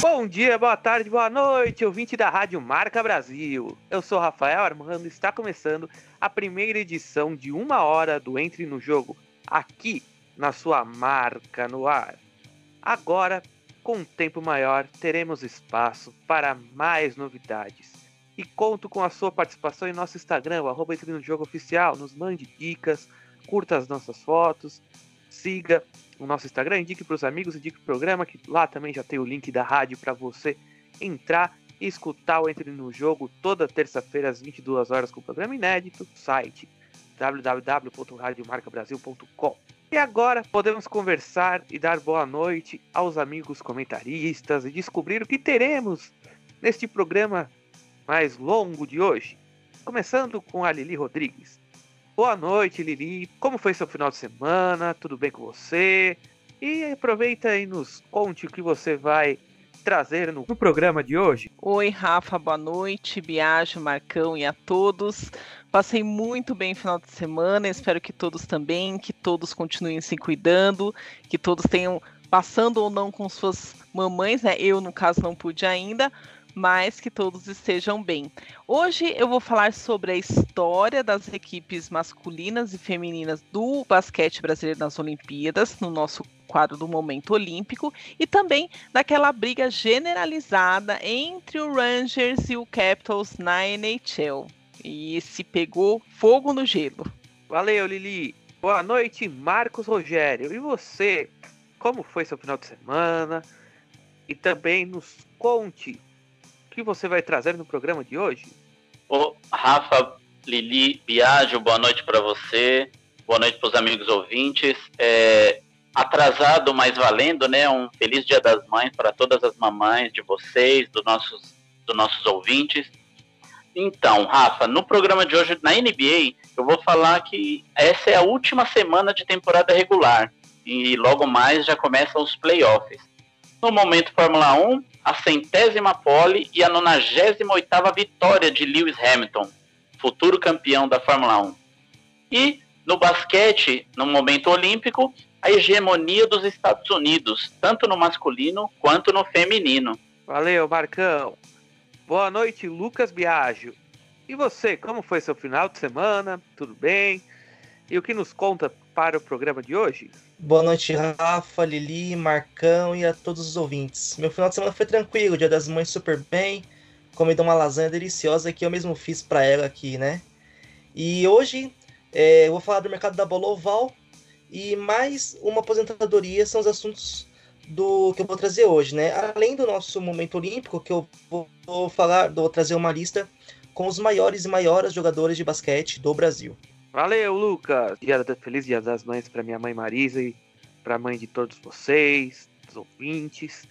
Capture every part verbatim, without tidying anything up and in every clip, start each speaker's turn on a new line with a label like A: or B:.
A: Bom dia, boa tarde, boa noite, ouvinte da Rádio Marca Brasil. Eu sou Rafael Armando e está começando a primeira edição de uma hora do Entre no Jogo, aqui na sua Marca no Ar. Agora, com um tempo maior, teremos espaço para mais novidades. E conto com a sua participação em nosso Instagram, o arroba Entre no Jogo Oficial. Nos mande dicas, curta as nossas fotos, siga o nosso Instagram, indique para os amigos, indique o programa, que lá também já tem o link da rádio para você entrar e escutar o Entre no Jogo toda terça-feira às vinte e duas horas com o programa inédito, site w w w ponto radio marca brasil ponto com. E agora podemos conversar e dar boa noite aos amigos comentaristas e descobrir o que teremos neste programa mais longo de hoje. Começando com a Lili Rodrigues. Boa noite, Lili. Como foi seu final de semana? Tudo bem com você? E aproveita e nos conte o que você vai trazer no, no programa de hoje.
B: Oi, Rafa. Boa noite. Biagio, Marcão e a todos. Passei muito bem no final de semana. Espero que todos também, que todos continuem se cuidando, que todos tenham, passando ou não com suas mamães, né? Eu, no caso, não pude ainda, mas que todos estejam bem. Hoje eu vou falar sobre a história das equipes masculinas e femininas do basquete brasileiro nas Olimpíadas, no nosso quadro do Momento Olímpico, e também daquela briga generalizada entre o Rangers e o Capitals na N H L. E esse pegou fogo no gelo.
A: Valeu, Lili. Boa noite, Marcos Rogério. E você? Como foi seu final de semana? E também nos conte o que você vai trazer no programa de hoje.
C: Ô, Rafa, Lili, Biagio, boa noite para você, boa noite para os amigos ouvintes. É, atrasado, mas valendo, né? Um feliz Dia das Mães para todas as mamães de vocês, dos nossos, dos nossos ouvintes. Então, Rafa, no programa de hoje, na N B A, eu vou falar que essa é a última semana de temporada regular e logo mais já começam os playoffs. No momento Fórmula um, a centésima pole e a nonagésima oitava vitória de Lewis Hamilton, futuro campeão da Fórmula um. E no basquete, no momento olímpico, a hegemonia dos Estados Unidos, tanto no masculino quanto no feminino.
A: Valeu, Marcão. Boa noite, Lucas Biagio. E você, como foi seu final de semana? Tudo bem? E o que nos conta para o programa de hoje?
D: Boa noite, Rafa, Lili, Marcão e a todos os ouvintes. Meu final de semana foi tranquilo, Dia das Mães super bem, comi uma lasanha deliciosa que eu mesmo fiz para ela aqui, né? E hoje é, eu vou falar do mercado da bola oval e mais uma aposentadoria são os assuntos do que eu vou trazer hoje, né? Além do nosso momento olímpico, que eu vou, vou falar, vou trazer uma lista com os maiores e maiores jogadores de basquete do Brasil.
A: Valeu, Lucas. Dia da, feliz Dia das Mães para minha mãe Marisa e para a mãe de todos vocês, dos ouvintes.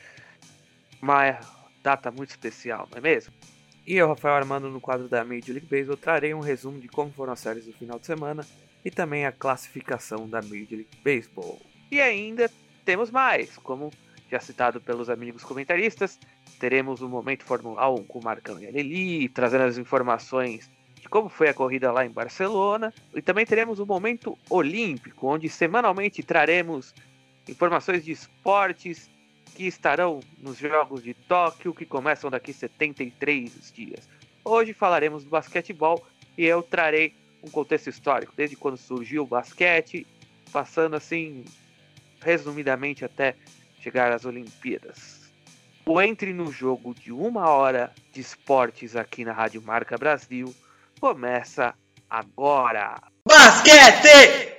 A: Uma data muito especial, não é mesmo? E eu, Rafael Armando, no quadro da Major League Baseball, trarei um resumo de como foram as séries do final de semana e também a classificação da Major League Baseball. E ainda temos mais, como já citado pelos amigos comentaristas, teremos o Momento Fórmula um com o Marcão e a Lili, trazendo as informações de como foi a corrida lá em Barcelona. E também teremos o Momento Olímpico, onde semanalmente traremos informações de esportes que estarão nos Jogos de Tóquio, que começam daqui setenta e três dias. Hoje falaremos do basquetebol e eu trarei um contexto histórico, desde quando surgiu o basquete, passando assim, resumidamente, até chegar às Olimpíadas. O Entre no Jogo de uma hora de esportes aqui na Rádio Marca Brasil começa agora.
E: Basquete!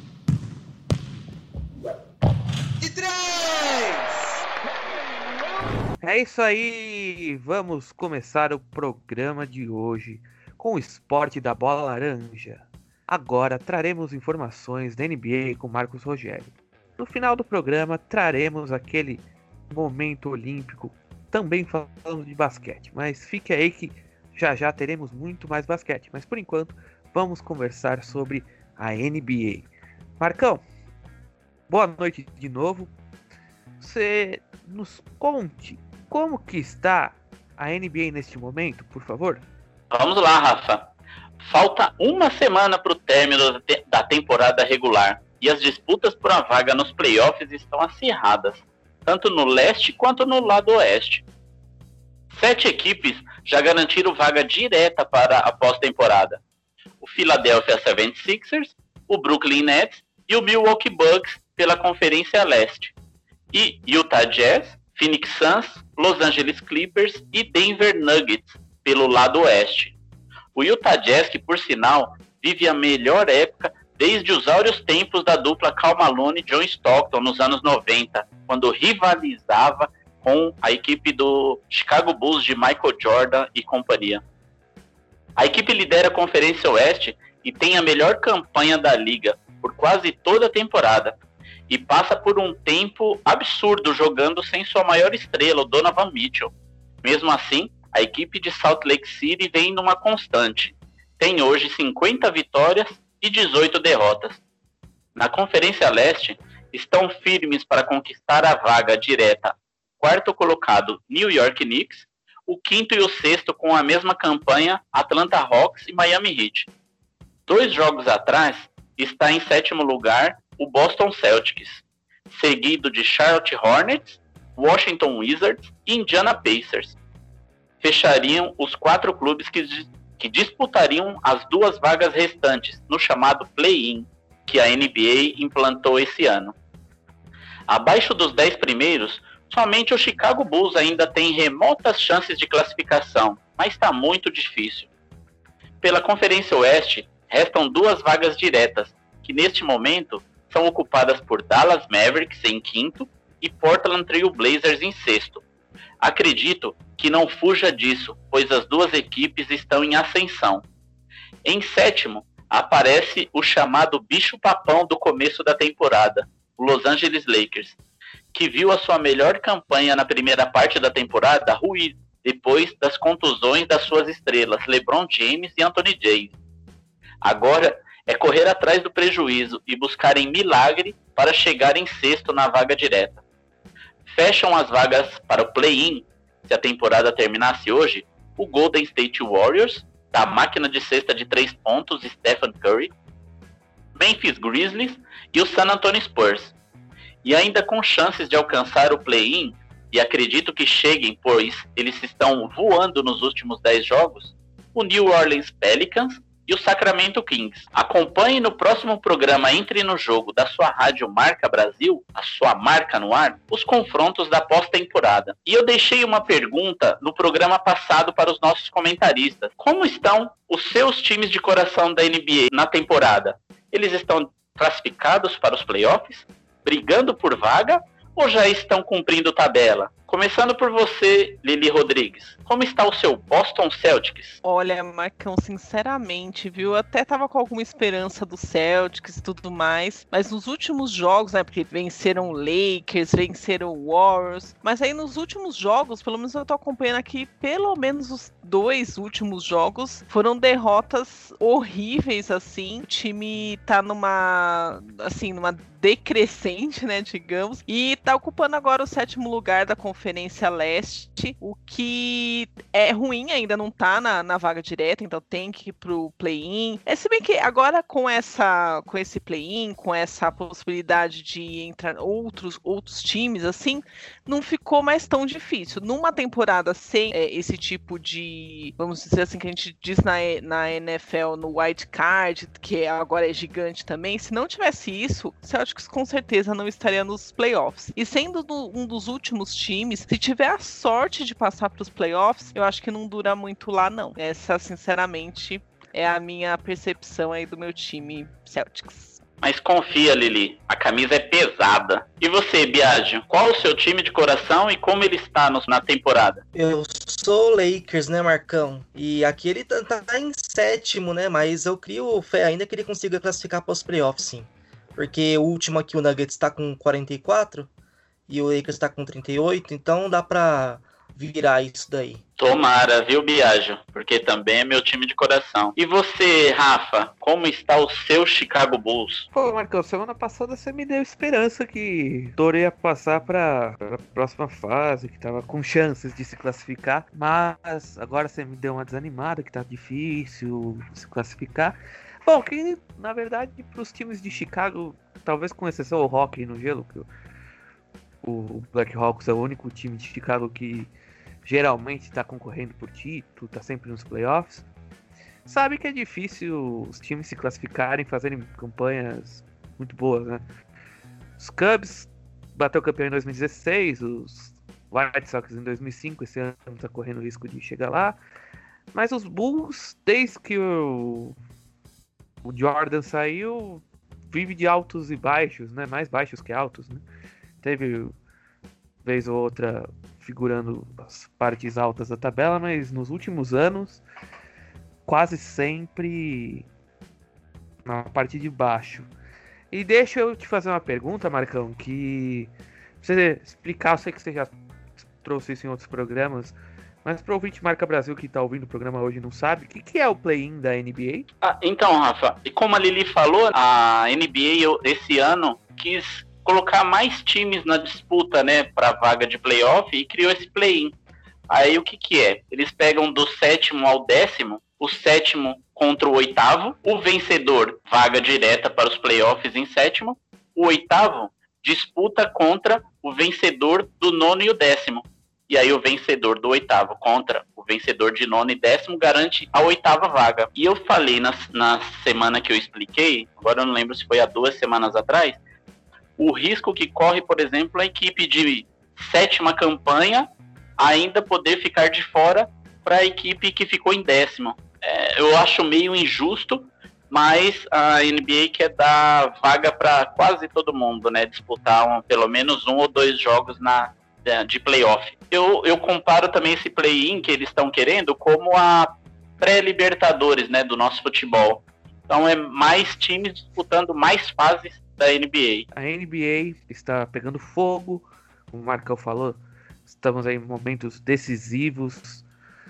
E: De três!
A: É isso aí, vamos começar o programa de hoje com o esporte da bola laranja. Agora traremos informações da N B A com Marcos Rogério. No final do programa traremos aquele momento olímpico, também falando de basquete, mas fique aí que já já teremos muito mais basquete, mas por enquanto vamos conversar sobre a N B A. Marcão, boa noite de novo. Você nos conte como que está a N B A neste momento, por favor?
C: Vamos lá, Rafa. Falta uma semana para o término da temporada regular e as disputas por uma vaga nos playoffs estão acirradas. tanto no leste quanto no lado oeste. Sete equipes já garantiram vaga direta para a pós-temporada. O Philadelphia setenta e seis ers, o Brooklyn Nets e o Milwaukee Bucks pela Conferência Leste. E Utah Jazz, Phoenix Suns, Los Angeles Clippers e Denver Nuggets pelo lado oeste. O Utah Jazz, que por sinal vive a melhor época desde os áureos tempos da dupla Karl Malone e John Stockton nos anos noventa, quando rivalizava com a equipe do Chicago Bulls de Michael Jordan e companhia. A equipe lidera a Conferência Oeste e tem a melhor campanha da liga por quase toda a temporada, e passa por um tempo absurdo jogando sem sua maior estrela, o Donovan Mitchell. Mesmo assim, a equipe de Salt Lake City vem numa constante. Tem hoje cinquenta vitórias e dezoito derrotas. Na Conferência Leste, estão firmes para conquistar a vaga direta. Quarto colocado, New York Knicks. O quinto e o sexto com a mesma campanha, Atlanta Hawks e Miami Heat. Dois jogos atrás, está em sétimo lugar o Boston Celtics, seguido de Charlotte Hornets, Washington Wizards e Indiana Pacers. Fechariam os quatro clubes que, que disputariam as duas vagas restantes no chamado play-in, que a N B A implantou esse ano. Abaixo dos dez primeiros, somente o Chicago Bulls ainda tem remotas chances de classificação, mas está muito difícil. Pela Conferência Oeste, restam duas vagas diretas, que neste momento são ocupadas por Dallas Mavericks em quinto e Portland Trail Blazers em sexto. Acredito que não fuja disso, pois as duas equipes estão em ascensão. Em sétimo, aparece o chamado bicho-papão do começo da temporada, o Los Angeles Lakers, que viu a sua melhor campanha na primeira parte da temporada ruir, depois das contusões das suas estrelas, LeBron James e Anthony Davis. Agora é correr atrás do prejuízo e buscarem milagre para chegar em sexto na vaga direta. Fecham as vagas para o play-in, se a temporada terminasse hoje, o Golden State Warriors, da máquina de cesta de três pontos Stephen Curry, Memphis Grizzlies e o San Antonio Spurs. E ainda com chances de alcançar o play-in, e acredito que cheguem, pois eles estão voando nos últimos dez jogos, o New Orleans Pelicans e o Sacramento Kings. Acompanhe no próximo programa Entre no Jogo da sua rádio Marca Brasil, a sua marca no ar, os confrontos da pós-temporada. E eu deixei uma pergunta no programa passado para os nossos comentaristas. Como estão os seus times de coração da N B A na temporada? Eles estão classificados para os playoffs? Brigando por vaga? Ou já estão cumprindo tabela? Começando por você, Lili Rodrigues. Como está o seu Boston Celtics?
B: Olha, Marcão, sinceramente, viu? Eu até tava com alguma esperança do Celtics e tudo mais. Mas nos últimos jogos, né? Porque venceram o Lakers, venceram o Warriors. Mas aí nos últimos jogos, pelo menos eu tô acompanhando aqui, pelo menos os dois últimos jogos foram derrotas horríveis, assim. O time tá numa, assim, numa decrescente, né, digamos. E tá ocupando agora o sétimo lugar da Conferência Leste, o que é ruim, ainda não tá na, na vaga direta, então tem que ir pro play-in. É, se bem que agora com essa com esse play-in, com essa possibilidade de entrar outros, outros times, assim, não ficou mais tão difícil. Numa temporada sem é, esse tipo de, vamos dizer assim, que a gente diz na, na N F L, no wild card, que agora é gigante também, se não tivesse isso, o Celtics com certeza não estaria nos playoffs. E sendo do, um dos últimos times, se tiver a sorte de passar para os playoffs, eu acho que não dura muito lá, não. Essa, sinceramente, é a minha percepção aí do meu time Celtics.
C: Mas confia, Lili, a camisa é pesada. E você, Biagio, qual o seu time de coração e como ele está no, na temporada?
D: Eu sou Lakers, né, Marcão? E aqui ele tá, tá em sétimo, né? Mas eu crio fé ainda que ele consiga classificar para os playoffs, sim. Porque o último aqui, o Nuggets, está com quarenta e quatro e o Lakers está com trinta e oito, então dá pra virar isso daí.
C: Tomara, viu, Biagio? Porque também é meu time de coração. E você, Rafa, como está o seu Chicago Bulls?
A: Pô, Marcão, semana passada você me deu esperança que Doro ia passar pra, pra próxima fase, que tava com chances de se classificar, mas agora você me deu uma desanimada, que tá difícil se classificar. Bom, que na verdade para os times de Chicago, talvez com exceção ao hockey no gelo, que eu, o Blackhawks é o único time de Chicago que geralmente está concorrendo por título, está sempre nos playoffs, sabe que é difícil os times se classificarem, fazerem campanhas muito boas, né? Os Cubs bateu campeão em dois mil e dezesseis, os White Sox em dois mil e cinco, esse ano está correndo o risco de chegar lá, mas os Bulls, desde que o, o Jordan saiu, vive de altos e baixos, né? Mais baixos que altos, né? Teve vez ou outra figurando as partes altas da tabela, mas nos últimos anos quase sempre na parte de baixo. E deixa eu te fazer uma pergunta, Marcão, que pra você explicar, eu sei que você já trouxe isso em outros programas, mas para o ouvinte Marca Brasil que está ouvindo o programa hoje não sabe, o que, que é o play-in da N B A?
C: Ah, então, Rafa, e como a Lili falou, a N B A esse ano quis colocar mais times na disputa, né, para vaga de playoff e criou esse play-in. Aí o que que é? Eles pegam do sétimo ao décimo, o sétimo contra o oitavo, o vencedor vaga direta para os playoffs em sétimo, o oitavo disputa contra o vencedor do nono e o décimo. E aí o vencedor do oitavo contra o vencedor de nono e décimo garante a oitava vaga. E eu falei na, na semana que eu expliquei, agora eu não lembro se foi há duas semanas atrás, o risco que corre, por exemplo, a equipe de sétima campanha ainda poder ficar de fora para a equipe que ficou em décimo. É, eu acho meio injusto, mas a N B A quer dar vaga para quase todo mundo, né? Disputar um, pelo menos um ou dois jogos na, de playoff. Eu, eu comparo também esse play-in que eles estão querendo como a pré-libertadores, né, do nosso futebol. Então é mais times disputando mais fases da N B A.
A: A N B A está pegando fogo, como o Marcão falou, estamos aí em momentos decisivos.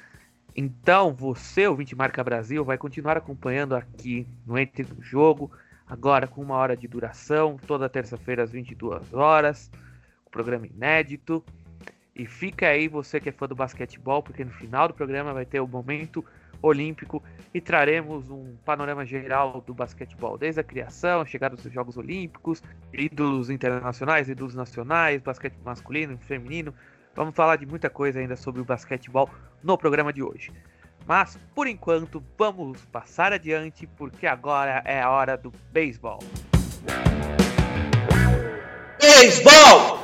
A: Então você, ouvinte Marca Brasil, vai continuar acompanhando aqui no Entre no Jogo, agora com uma hora de duração, toda terça-feira às vinte e duas horas, um programa inédito. E fica aí você que é fã do basquetebol, porque no final do programa vai ter o momento olímpico e traremos um panorama geral do basquetebol, desde a criação, a chegada dos Jogos Olímpicos, ídolos internacionais, ídolos nacionais, basquete masculino e feminino. Vamos falar de muita coisa ainda sobre o basquetebol no programa de hoje. Mas, por enquanto, vamos passar adiante, porque agora é a hora do beisebol.
E: Beisebol!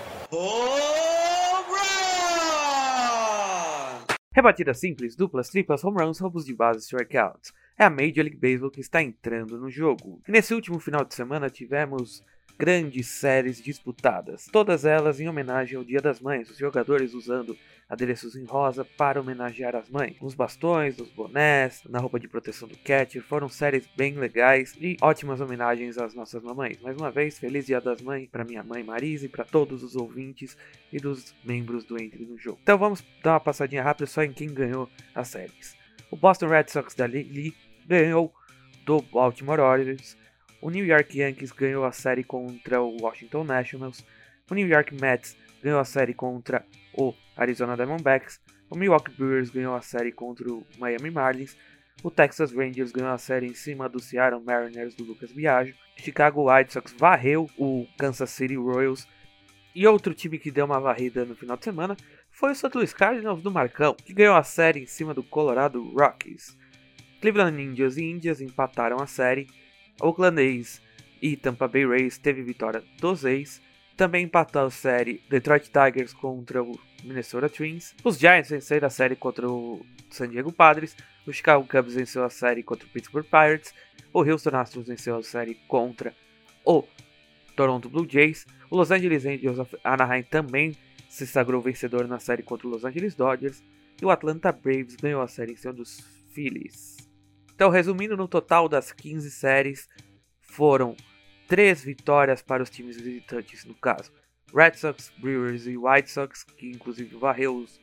A: Rebatidas simples, duplas, triplas, home runs, roubos de base e strikeouts. É a Major League Baseball que está entrando no jogo. E nesse último final de semana tivemos grandes séries disputadas, todas elas em homenagem ao Dia das Mães, os jogadores usando adereços em rosa para homenagear as mães. Os bastões, os bonés, na roupa de proteção do catcher, foram séries bem legais e ótimas homenagens às nossas mamães. Mais uma vez, feliz Dia das Mães para minha mãe Marisa e para todos os ouvintes e dos membros do Entre no Jogo. Então vamos dar uma passadinha rápida só em quem ganhou as séries. O Boston Red Sox da Lili ganhou do Baltimore Orioles. O New York Yankees ganhou a série contra o Washington Nationals. O New York Mets ganhou a série contra o Arizona Diamondbacks. O Milwaukee Brewers ganhou a série contra o Miami Marlins. O Texas Rangers ganhou a série em cima do Seattle Mariners do Lucas Biagio. O Chicago White Sox varreu o Kansas City Royals. E outro time que deu uma varrida no final de semana foi o Saint Louis Cardinals do Marcão, que ganhou a série em cima do Colorado Rockies. Cleveland Indians e Indians empataram a série. Oakland A's e Tampa Bay Rays teve vitória dos A's. Também empatou a série Detroit Tigers contra o Minnesota Twins. Os Giants venceram a série contra o San Diego Padres. O Chicago Cubs venceu a série contra o Pittsburgh Pirates. O Houston Astros venceu a série contra o Toronto Blue Jays. O Los Angeles Angels of Anaheim também se sagrou vencedor na série contra o Los Angeles Dodgers. E o Atlanta Braves ganhou a série em cima dos Phillies. Então, resumindo, no total das quinze séries, foram três vitórias para os times visitantes, no caso Red Sox, Brewers e White Sox, que inclusive varreu os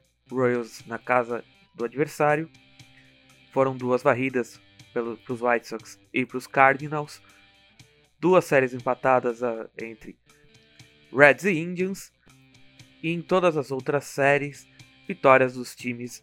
A: Royals na casa do adversário. Foram duas varridas para os White Sox e para os Cardinals. Duas séries empatadas uh, entre Reds e Indians. E em todas as outras séries, vitórias dos times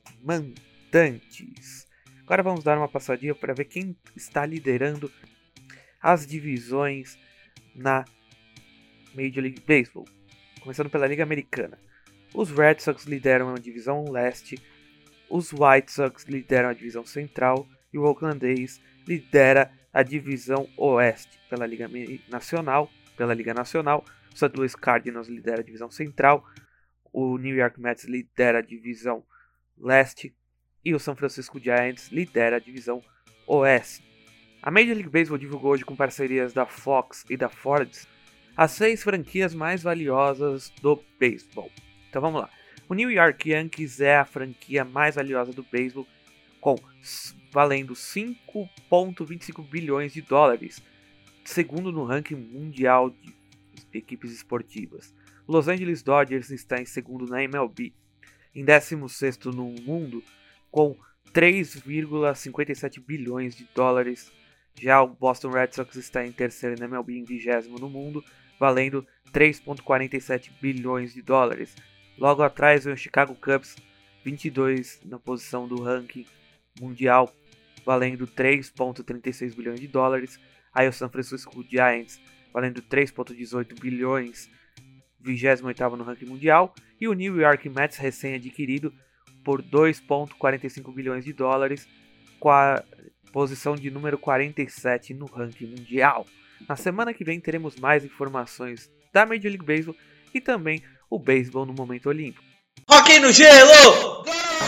A: mandantes. Agora vamos dar uma passadinha para ver quem está liderando as divisões na Major League Baseball. começando pela Liga Americana. Os Red Sox lideram a divisão leste, os White Sox lideram a divisão central e o Oakland A's lidera a divisão oeste pela Liga Nacional. Pela Liga Nacional, o Saint Louis Cardinals lidera a divisão central, o New York Mets lidera a divisão leste e o San Francisco Giants lidera a divisão oeste. A Major League Baseball divulgou hoje, com parcerias da Fox e da Ford, as seis franquias mais valiosas do beisebol. Então vamos lá. O New York Yankees é a franquia mais valiosa do beisebol, com valendo cinco vírgula vinte e cinco bilhões de dólares, segundo no ranking mundial de equipes esportivas. O Los Angeles Dodgers está em segundo na M L B, em décimo sexto no mundo, com três vírgula cinquenta e sete bilhões de dólares. Já o Boston Red Sox está em terceiro na M L B, em vigésimo no mundo, valendo três vírgula quarenta e sete bilhões de dólares. Logo atrás vem o Chicago Cubs, vinte e dois na posição do ranking mundial, valendo três vírgula trinta e seis bilhões de dólares. Aí o San Francisco Giants, valendo três vírgula dezoito bilhões, vigésimo oitavo no ranking mundial. E o New York Mets, recém-adquirido, por dois vírgula quarenta e cinco bilhões de dólares, com a posição de número quarenta e sete no ranking mundial. Na semana que vem teremos mais informações da Major League Baseball e também o beisebol no momento olímpico.
E: Hóquei no gelo!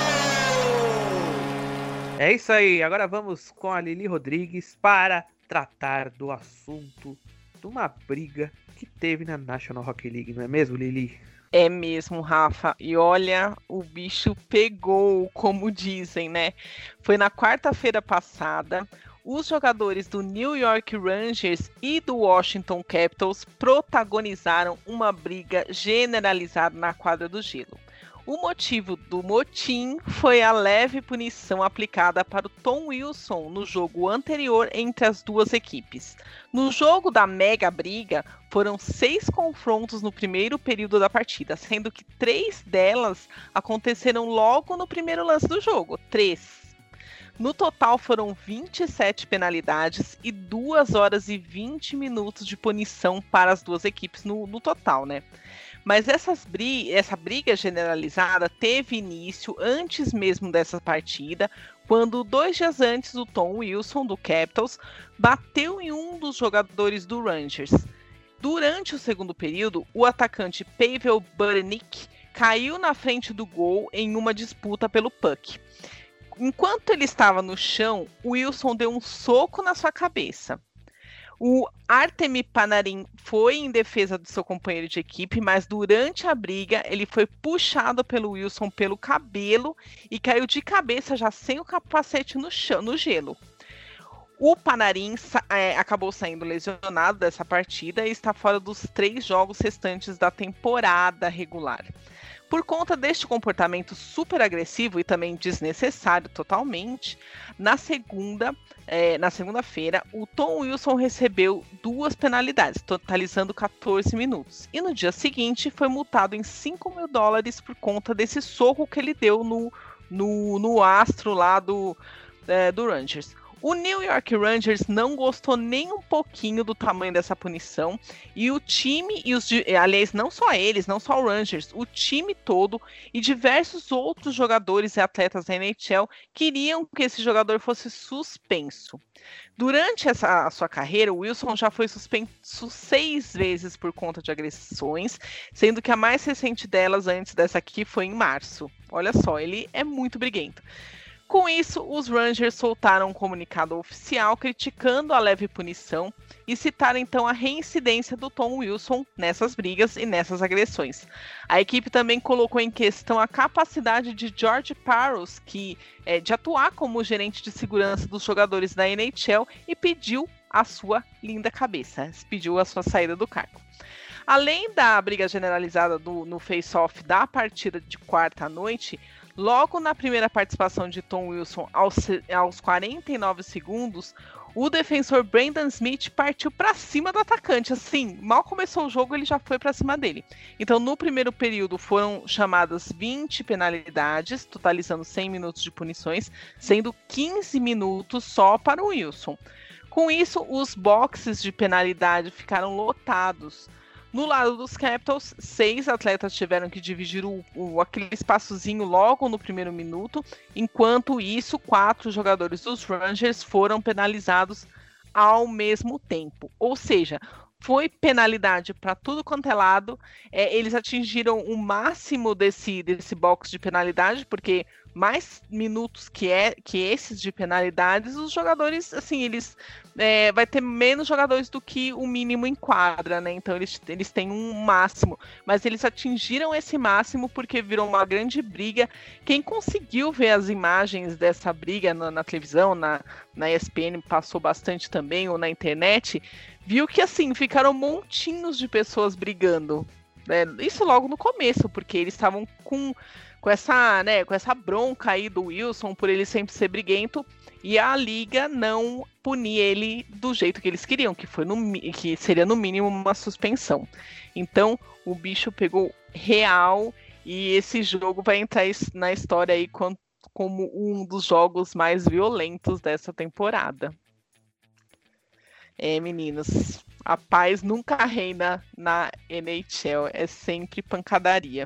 A: É isso aí, agora vamos com a Lili Rodrigues para tratar do assunto de uma briga que teve na National Hockey League, não é mesmo, Lili?
B: É mesmo, Rafa. E olha, o bicho pegou, como dizem, né? Foi na quarta-feira passada, os jogadores do New York Rangers e do Washington Capitals protagonizaram uma briga generalizada na quadra do gelo. O motivo do motim foi a leve punição aplicada para o Tom Wilson no jogo anterior entre as duas equipes. No jogo da mega briga, foram seis confrontos no primeiro período da partida, sendo que três delas aconteceram logo no primeiro lance do jogo. Três. No total foram vinte e sete penalidades e duas horas e vinte minutos de punição para as duas equipes no, no total, né? Mas essas bri- essa briga generalizada teve início antes mesmo dessa partida, quando dois dias antes o Tom Wilson, do Capitals, bateu em um dos jogadores do Rangers. Durante o segundo período, o atacante Pavel Budinik caiu na frente do gol em uma disputa pelo puck. Enquanto ele estava no chão, o Wilson deu um soco na sua cabeça. O Artemi Panarin foi em defesa do seu companheiro de equipe, mas durante a briga ele foi puxado pelo Wilson pelo cabelo e caiu de cabeça já sem o capacete no chão, no gelo. O Panarin é, acabou saindo lesionado dessa partida e está fora dos três jogos restantes da temporada regular. Por conta deste comportamento super agressivo e também desnecessário totalmente, na segunda, é, na segunda-feira, o Tom Wilson recebeu duas penalidades, totalizando catorze minutos. E no dia seguinte foi multado em cinco mil dólares por conta desse soco que ele deu no, no, no astro lá do, é, do Rangers. O New York Rangers não gostou nem um pouquinho do tamanho dessa punição e o time, e os, aliás, não só eles, não só o Rangers, o time todo e diversos outros jogadores e atletas da N H L queriam que esse jogador fosse suspenso. Durante essa, a sua carreira, o Wilson já foi suspenso seis vezes por conta de agressões, sendo que a mais recente delas, antes dessa aqui, foi em março. Olha só, ele é muito briguento. Com isso, os Rangers soltaram um comunicado oficial criticando a leve punição e citaram então a reincidência do Tom Wilson nessas brigas e nessas agressões. A equipe também colocou em questão a capacidade de George Parros que, é, de atuar como gerente de segurança dos jogadores da N H L e pediu a sua linda cabeça, pediu a sua saída do cargo. Além da briga generalizada do, no face-off da partida de quarta à noite, logo na primeira participação de Tom Wilson, aos, aos quarenta e nove segundos, o defensor Brendan Smith partiu para cima do atacante. Assim, mal começou o jogo, ele já foi para cima dele. Então, no primeiro período, foram chamadas vinte penalidades, totalizando cem minutos de punições, sendo quinze minutos só para o Wilson. Com isso, os boxes de penalidade ficaram lotados. No lado dos Capitals, seis atletas tiveram que dividir o, o, aquele espaçozinho logo no primeiro minuto. Enquanto isso, quatro jogadores dos Rangers foram penalizados ao mesmo tempo. Ou seja, foi penalidade para tudo quanto é lado. É, eles atingiram o máximo desse, desse box de penalidade, porque mais minutos que, é, que esses de penalidades, os jogadores, assim, eles é, vai ter menos jogadores do que o mínimo em quadra, né? Então eles, eles têm um máximo, mas eles atingiram esse máximo porque virou uma grande briga. Quem conseguiu ver as imagens dessa briga na, na televisão, na, na E S P N, passou bastante também, ou na internet, viu que, assim, ficaram montinhos de pessoas brigando. Né? Isso logo no começo, porque eles estavam com... Com essa, né, com essa bronca aí do Wilson por ele sempre ser briguento e a liga não punir ele do jeito que eles queriam, que foi no, que seria no mínimo uma suspensão. Então o bicho pegou real e esse jogo vai entrar na história aí como, como um dos jogos mais violentos dessa temporada. É, meninos, a paz nunca reina na N H L, é sempre pancadaria.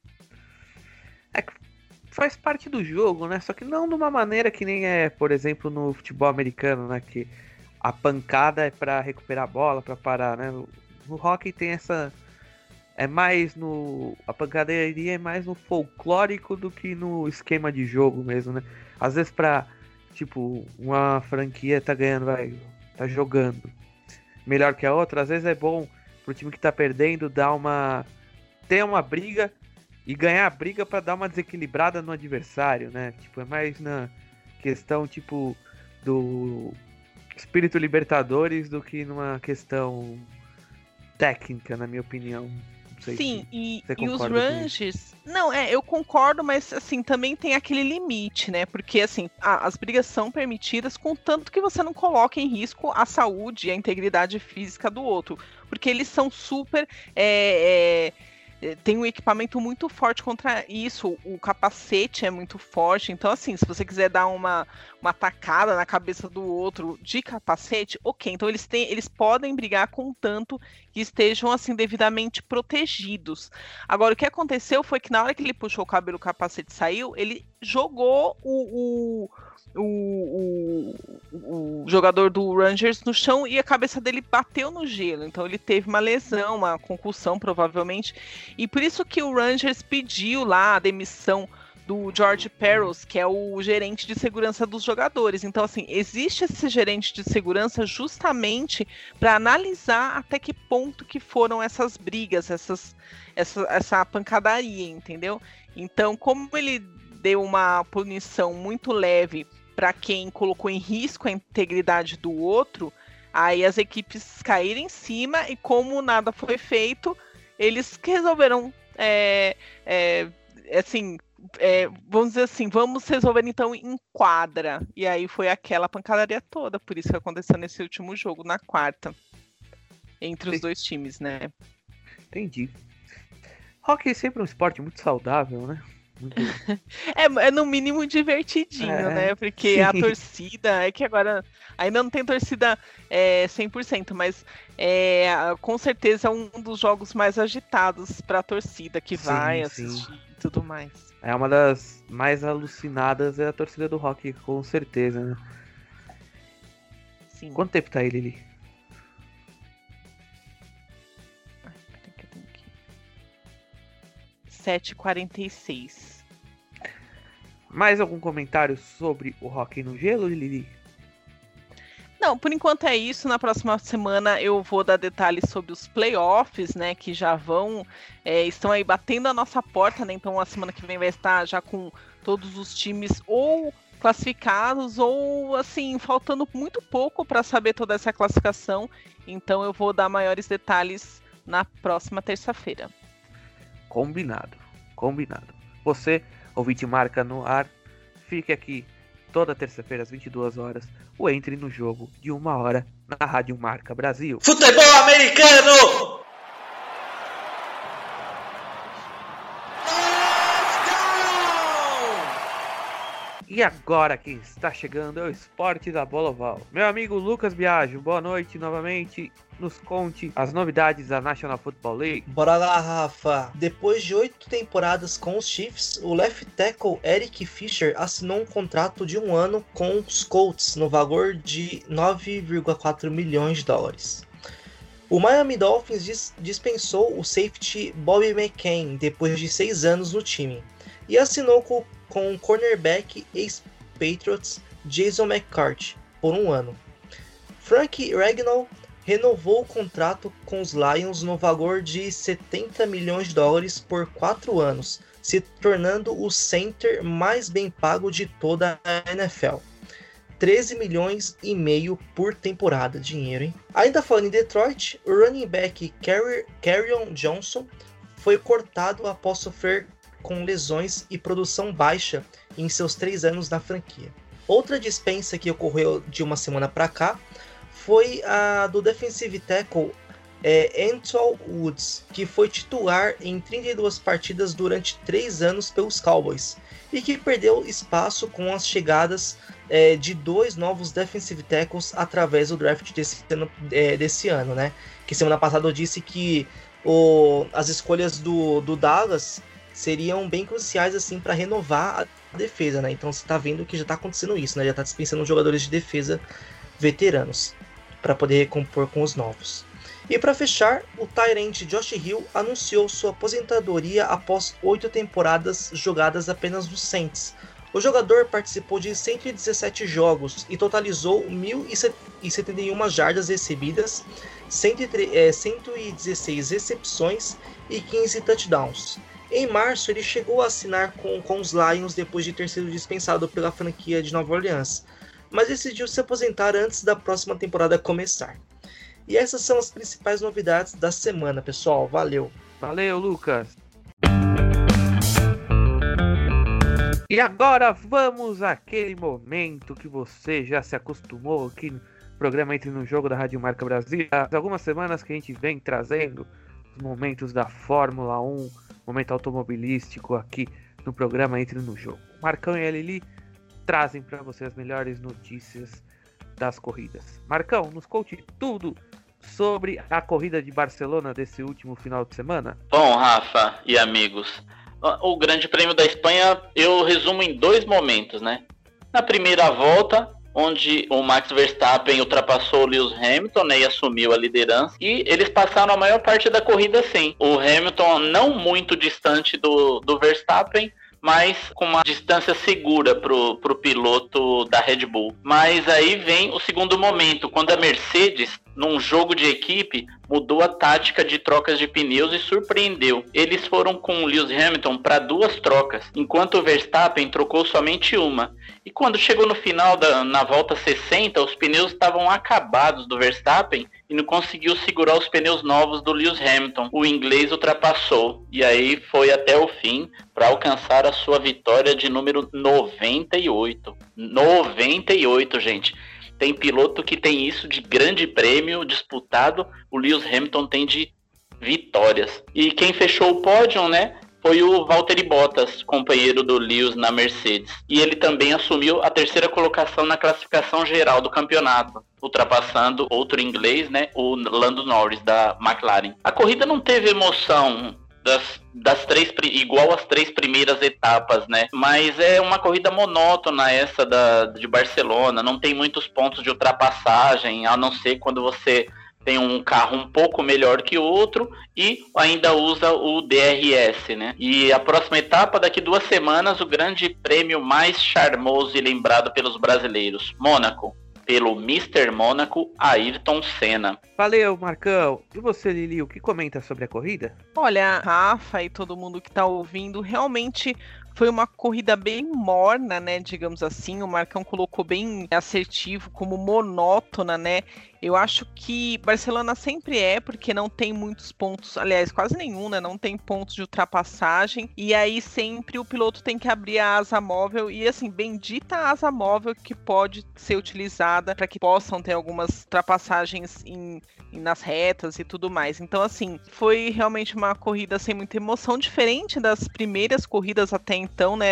A: É que faz parte do jogo, né? Só que não de uma maneira que nem é, por exemplo, no futebol americano, né? Que a pancada é pra recuperar a bola, pra parar, né? No, no hockey tem essa... É mais no... A pancadaria é mais no folclórico do que no esquema de jogo mesmo, né? Às vezes pra, tipo, uma franquia tá ganhando, vai... Tá jogando melhor que a outra. Às vezes é bom pro time que tá perdendo dar uma... Ter uma briga... E ganhar a briga pra dar uma desequilibrada no adversário, né? Tipo, é mais na questão, tipo, do espírito Libertadores do que numa questão técnica, na minha opinião. Não sei.
B: Sim, e,
A: e
B: os Rangers... Não, é, eu concordo, mas, assim, também tem aquele limite, né? Porque, assim, a, as brigas são permitidas contanto que você não coloque em risco a saúde e a integridade física do outro. Porque eles são super... É, é, tem um equipamento muito forte contra isso, o capacete é muito forte, então assim, se você quiser dar uma, uma tacada na cabeça do outro de capacete, ok, então eles, têm, eles podem brigar contanto que estejam assim devidamente protegidos. Agora, o que aconteceu foi que na hora que ele puxou o cabelo, o capacete saiu, ele jogou o... o O, o, o jogador do Rangers no chão e a cabeça dele bateu no gelo, então ele teve uma lesão, uma concussão provavelmente, e por isso que o Rangers pediu lá a demissão do George Parros, que é o gerente de segurança dos jogadores. Então, assim, existe esse gerente de segurança justamente para analisar até que ponto que foram essas brigas, essas, essa, essa pancadaria, entendeu? Então, como ele deu uma punição muito leve para quem colocou em risco a integridade do outro, aí as equipes caíram em cima e como nada foi feito, eles resolveram, é, é, assim, é, vamos dizer assim, vamos resolver então em quadra. E aí foi aquela pancadaria toda, por isso que aconteceu nesse último jogo, na quarta, entre os dois times, né?
A: Entendi. Hockey é sempre um esporte muito saudável, né?
B: É, é no mínimo divertidinho, é, né? Porque sim. A torcida, é que agora ainda não tem torcida é, cem por cento, mas é, com certeza é um dos jogos mais agitados para a torcida que sim, vai assistir sim. E tudo mais.
A: É uma das mais alucinadas, é a torcida do Rock, com certeza, né?
B: Sim.
A: Quanto tempo tá aí, Lili?
B: sete e quarenta e seis.
A: Mais algum comentário sobre o Hockey no Gelo, Lili?
B: Não, por enquanto é isso. Na próxima semana eu vou dar detalhes sobre os playoffs, né, que já vão, é, estão aí batendo a nossa porta, né, então a semana que vem vai estar já com todos os times ou classificados ou, assim, faltando muito pouco para saber toda essa classificação, então eu vou dar maiores detalhes na próxima terça-feira.
A: Combinado, combinado. Você, ouvinte Marca no ar, fique aqui toda terça-feira às vinte e duas horas, ou entre no jogo de uma hora na Rádio Marca Brasil.
E: Futebol americano!
A: E agora quem está chegando é o Esporte da Bola Oval. Meu amigo Lucas Biagio, boa noite novamente. Nos conte as novidades da National Football League.
D: Bora lá, Rafa. Depois de oito temporadas com os Chiefs, o left tackle Eric Fisher assinou um contrato de um ano com os Colts no valor de nove vírgula quatro milhões de dólares. O Miami Dolphins dis- dispensou o safety Bobby McCain depois de seis anos no time e assinou com, com o cornerback ex-Patriots Jason McCarthy por um ano. Frank Ragnow renovou o contrato com os Lions no valor de setenta milhões de dólares por quatro anos, se tornando o center mais bem pago de toda a N F L. treze milhões e meio por temporada, dinheiro, hein? Ainda falando em Detroit, o running back Kerryon Johnson foi cortado após sofrer com lesões e produção baixa em seus três anos na franquia. Outra dispensa que ocorreu de uma semana para cá foi a do defensive tackle é, Antwell Woods, que foi titular em trinta e duas partidas durante três anos pelos Cowboys, e que perdeu espaço com as chegadas é, de dois novos defensive tackles através do draft desse ano, é, desse ano, né? Que semana passada eu disse que o, as escolhas do, do Dallas seriam bem cruciais assim para renovar a defesa, né? Então você está vendo que já está acontecendo isso, né? Já está dispensando jogadores de defesa veteranos para poder recompor com os novos. E para fechar, o tight end Josh Hill anunciou sua aposentadoria após oito temporadas jogadas apenas no Saints. O jogador participou de cento e dezessete jogos e totalizou mil e setenta e uma jardas recebidas, cento e dezesseis recepções e quinze touchdowns. Em março, ele chegou a assinar com, com os Lions depois de ter sido dispensado pela franquia de Nova Orleans, mas decidiu se aposentar antes da próxima temporada começar. E essas são as principais novidades da semana, pessoal. Valeu!
A: Valeu, Lucas! E agora vamos àquele momento que você já se acostumou aqui no programa Entre no Jogo da Rádio Marca Brasil. Há algumas semanas que a gente vem trazendo os momentos da Fórmula um, momento automobilístico aqui no programa Entre no Jogo. Marcão e a Lili trazem para você as melhores notícias das corridas. Marcão, nos conte tudo sobre a corrida de Barcelona desse último final de semana.
C: Bom, Rafa e amigos, o Grande Prêmio da Espanha eu resumo em dois momentos, né? Na primeira volta, onde o Max Verstappen ultrapassou o Lewis Hamilton, né, e assumiu a liderança, e eles passaram a maior parte da corrida sim. O Hamilton não muito distante do, do Verstappen, mas com uma distância segura pro, pro piloto da Red Bull. Mas aí vem o segundo momento, quando a Mercedes, num jogo de equipe, mudou a tática de trocas de pneus e surpreendeu. Eles foram com o Lewis Hamilton para duas trocas, enquanto o Verstappen trocou somente uma. E quando chegou no final, da, na volta sessenta, os pneus estavam acabados do Verstappen e não conseguiu segurar os pneus novos do Lewis Hamilton. O inglês ultrapassou e aí foi até o fim para alcançar a sua vitória de número noventa e oito. noventa e oito, gente. Tem piloto que tem isso de grande prêmio disputado, o Lewis Hamilton tem de vitórias. E quem fechou o pódio, né, foi o Valtteri Bottas, companheiro do Lewis na Mercedes. E ele também assumiu a terceira colocação na classificação geral do campeonato, ultrapassando outro inglês, né, o Lando Norris, da McLaren. A corrida não teve emoção das, das três, igual às três primeiras etapas, né? Mas é uma corrida monótona essa da, de Barcelona, não tem muitos pontos de ultrapassagem, a não ser quando você tem um carro um pouco melhor que o outro e ainda usa o D R S, né? E a próxima etapa, daqui duas semanas, o grande prêmio mais charmoso e lembrado pelos brasileiros, Mônaco, pelo mister Mônaco, Ayrton Senna.
A: Valeu, Marcão. E você, Lili, o que comenta sobre a corrida?
B: Olha, Rafa e todo mundo que tá ouvindo, realmente foi uma corrida bem morna, né, digamos assim. O Marcão colocou bem assertivo, como monótona, né? Eu acho que Barcelona sempre é, porque não tem muitos pontos, aliás, quase nenhum, né? Não tem pontos de ultrapassagem. E aí sempre o piloto tem que abrir a asa móvel. E assim, bendita a asa móvel que pode ser utilizada para que possam ter algumas ultrapassagens em, em, nas retas e tudo mais. Então, assim, foi realmente uma corrida sem muita emoção, diferente das primeiras corridas até então, né?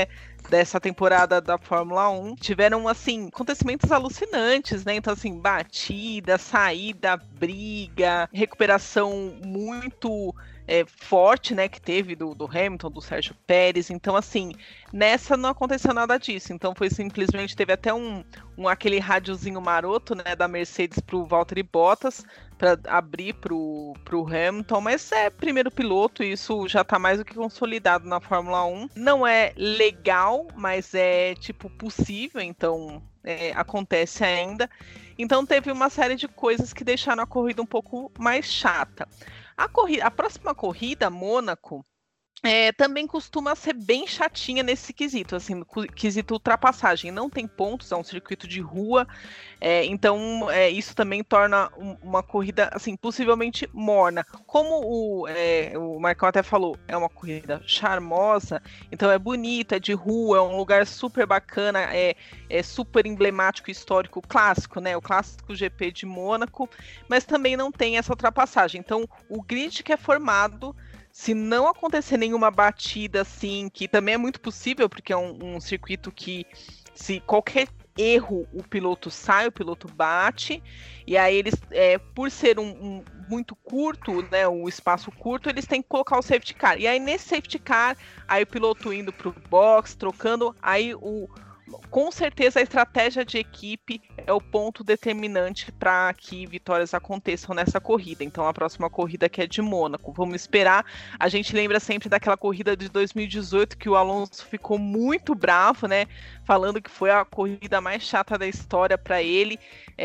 B: dessa temporada da Fórmula um, tiveram, assim, acontecimentos alucinantes, né? Então, assim, batida, saída, briga, recuperação muito é, forte, né, que teve do, do Hamilton, do Sérgio Pérez. Então, assim, nessa não aconteceu nada disso. Então, foi simplesmente, teve até um, um aquele rádiozinho maroto, né, da Mercedes pro Valtteri Bottas, para abrir pro, pro Hamilton, mas é primeiro piloto, e isso já tá mais do que consolidado na Fórmula um. Não é legal, mas é, tipo, possível, então é, acontece ainda. Então teve uma série de coisas que deixaram a corrida um pouco mais chata. A, corrida, a próxima corrida, Mônaco, É, também costuma ser bem chatinha nesse quesito, assim, no quesito ultrapassagem. Não tem pontos, é um circuito de rua, é, então é, isso também torna um, uma corrida, assim, possivelmente morna. Como o, é, o Marcão até falou, é uma corrida charmosa, então é bonita, é de rua, é um lugar super bacana, é, é super emblemático, histórico, clássico, né? O clássico G P de Mônaco, mas também não tem essa ultrapassagem. Então, o grid que é formado, se não acontecer nenhuma batida assim, que também é muito possível, porque é um, um circuito que, se qualquer erro o piloto sai, o piloto bate, e aí eles, é, por ser um, um muito curto, né, um espaço curto, eles têm que colocar o safety car. E aí nesse safety car, aí o piloto indo pro box, trocando, aí o com certeza a estratégia de equipe é o ponto determinante para que vitórias aconteçam nessa corrida. Então a próxima corrida que é de Mônaco, vamos esperar. A gente lembra sempre daquela corrida de dois mil e dezoito que o Alonso ficou muito bravo, né? Falando que foi a corrida mais chata da história para ele,